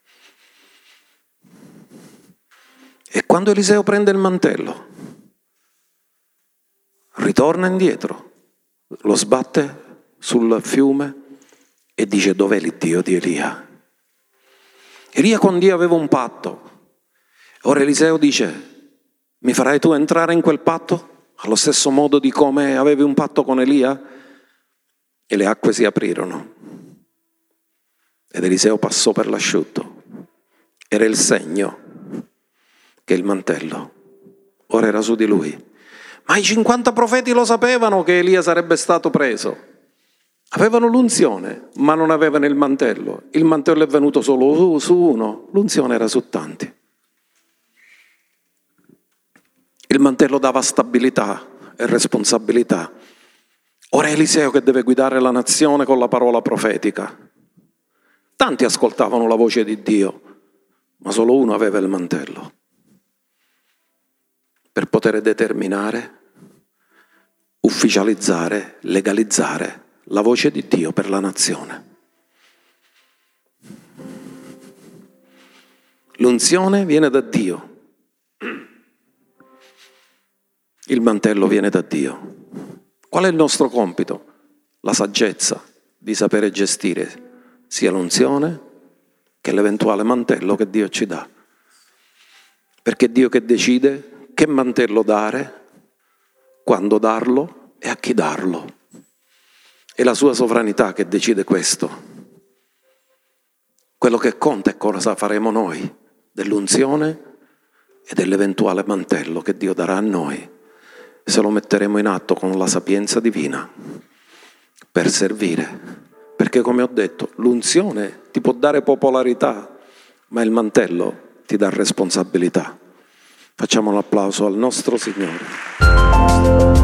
A: E quando Eliseo prende il mantello, ritorna indietro, lo sbatte sul fiume e dice: dov'è l'Iddio di Elia? Elia con Dio aveva un patto. Ora Eliseo dice: mi farai tu entrare in quel patto allo stesso modo di come avevi un patto con Elia? E le acque si aprirono ed Eliseo passò per l'asciutto. Era il segno che il mantello ora era su di lui. Ma i cinquanta profeti lo sapevano che Elia sarebbe stato preso. Avevano l'unzione, ma non avevano il mantello. Il mantello è venuto solo su, su uno, l'unzione era su tanti. Il mantello dava stabilità e responsabilità. Ora è Eliseo che deve guidare la nazione con la parola profetica. Tanti ascoltavano la voce di Dio, ma solo uno aveva il mantello per poter determinare, ufficializzare, legalizzare la voce di Dio per la nazione. L'unzione viene da Dio, il mantello viene da Dio. Qual è il nostro compito? La saggezza di sapere gestire sia l'unzione che l'eventuale mantello che Dio ci dà. Perché è Dio che decide che mantello dare, quando darlo e a chi darlo. È la sua sovranità che decide questo. Quello che conta è cosa faremo noi dell'unzione e dell'eventuale mantello che Dio darà a noi, se lo metteremo in atto con la sapienza divina per servire. Perché, come ho detto, l'unzione ti può dare popolarità, ma il mantello ti dà responsabilità. Facciamo un applauso al nostro Signore.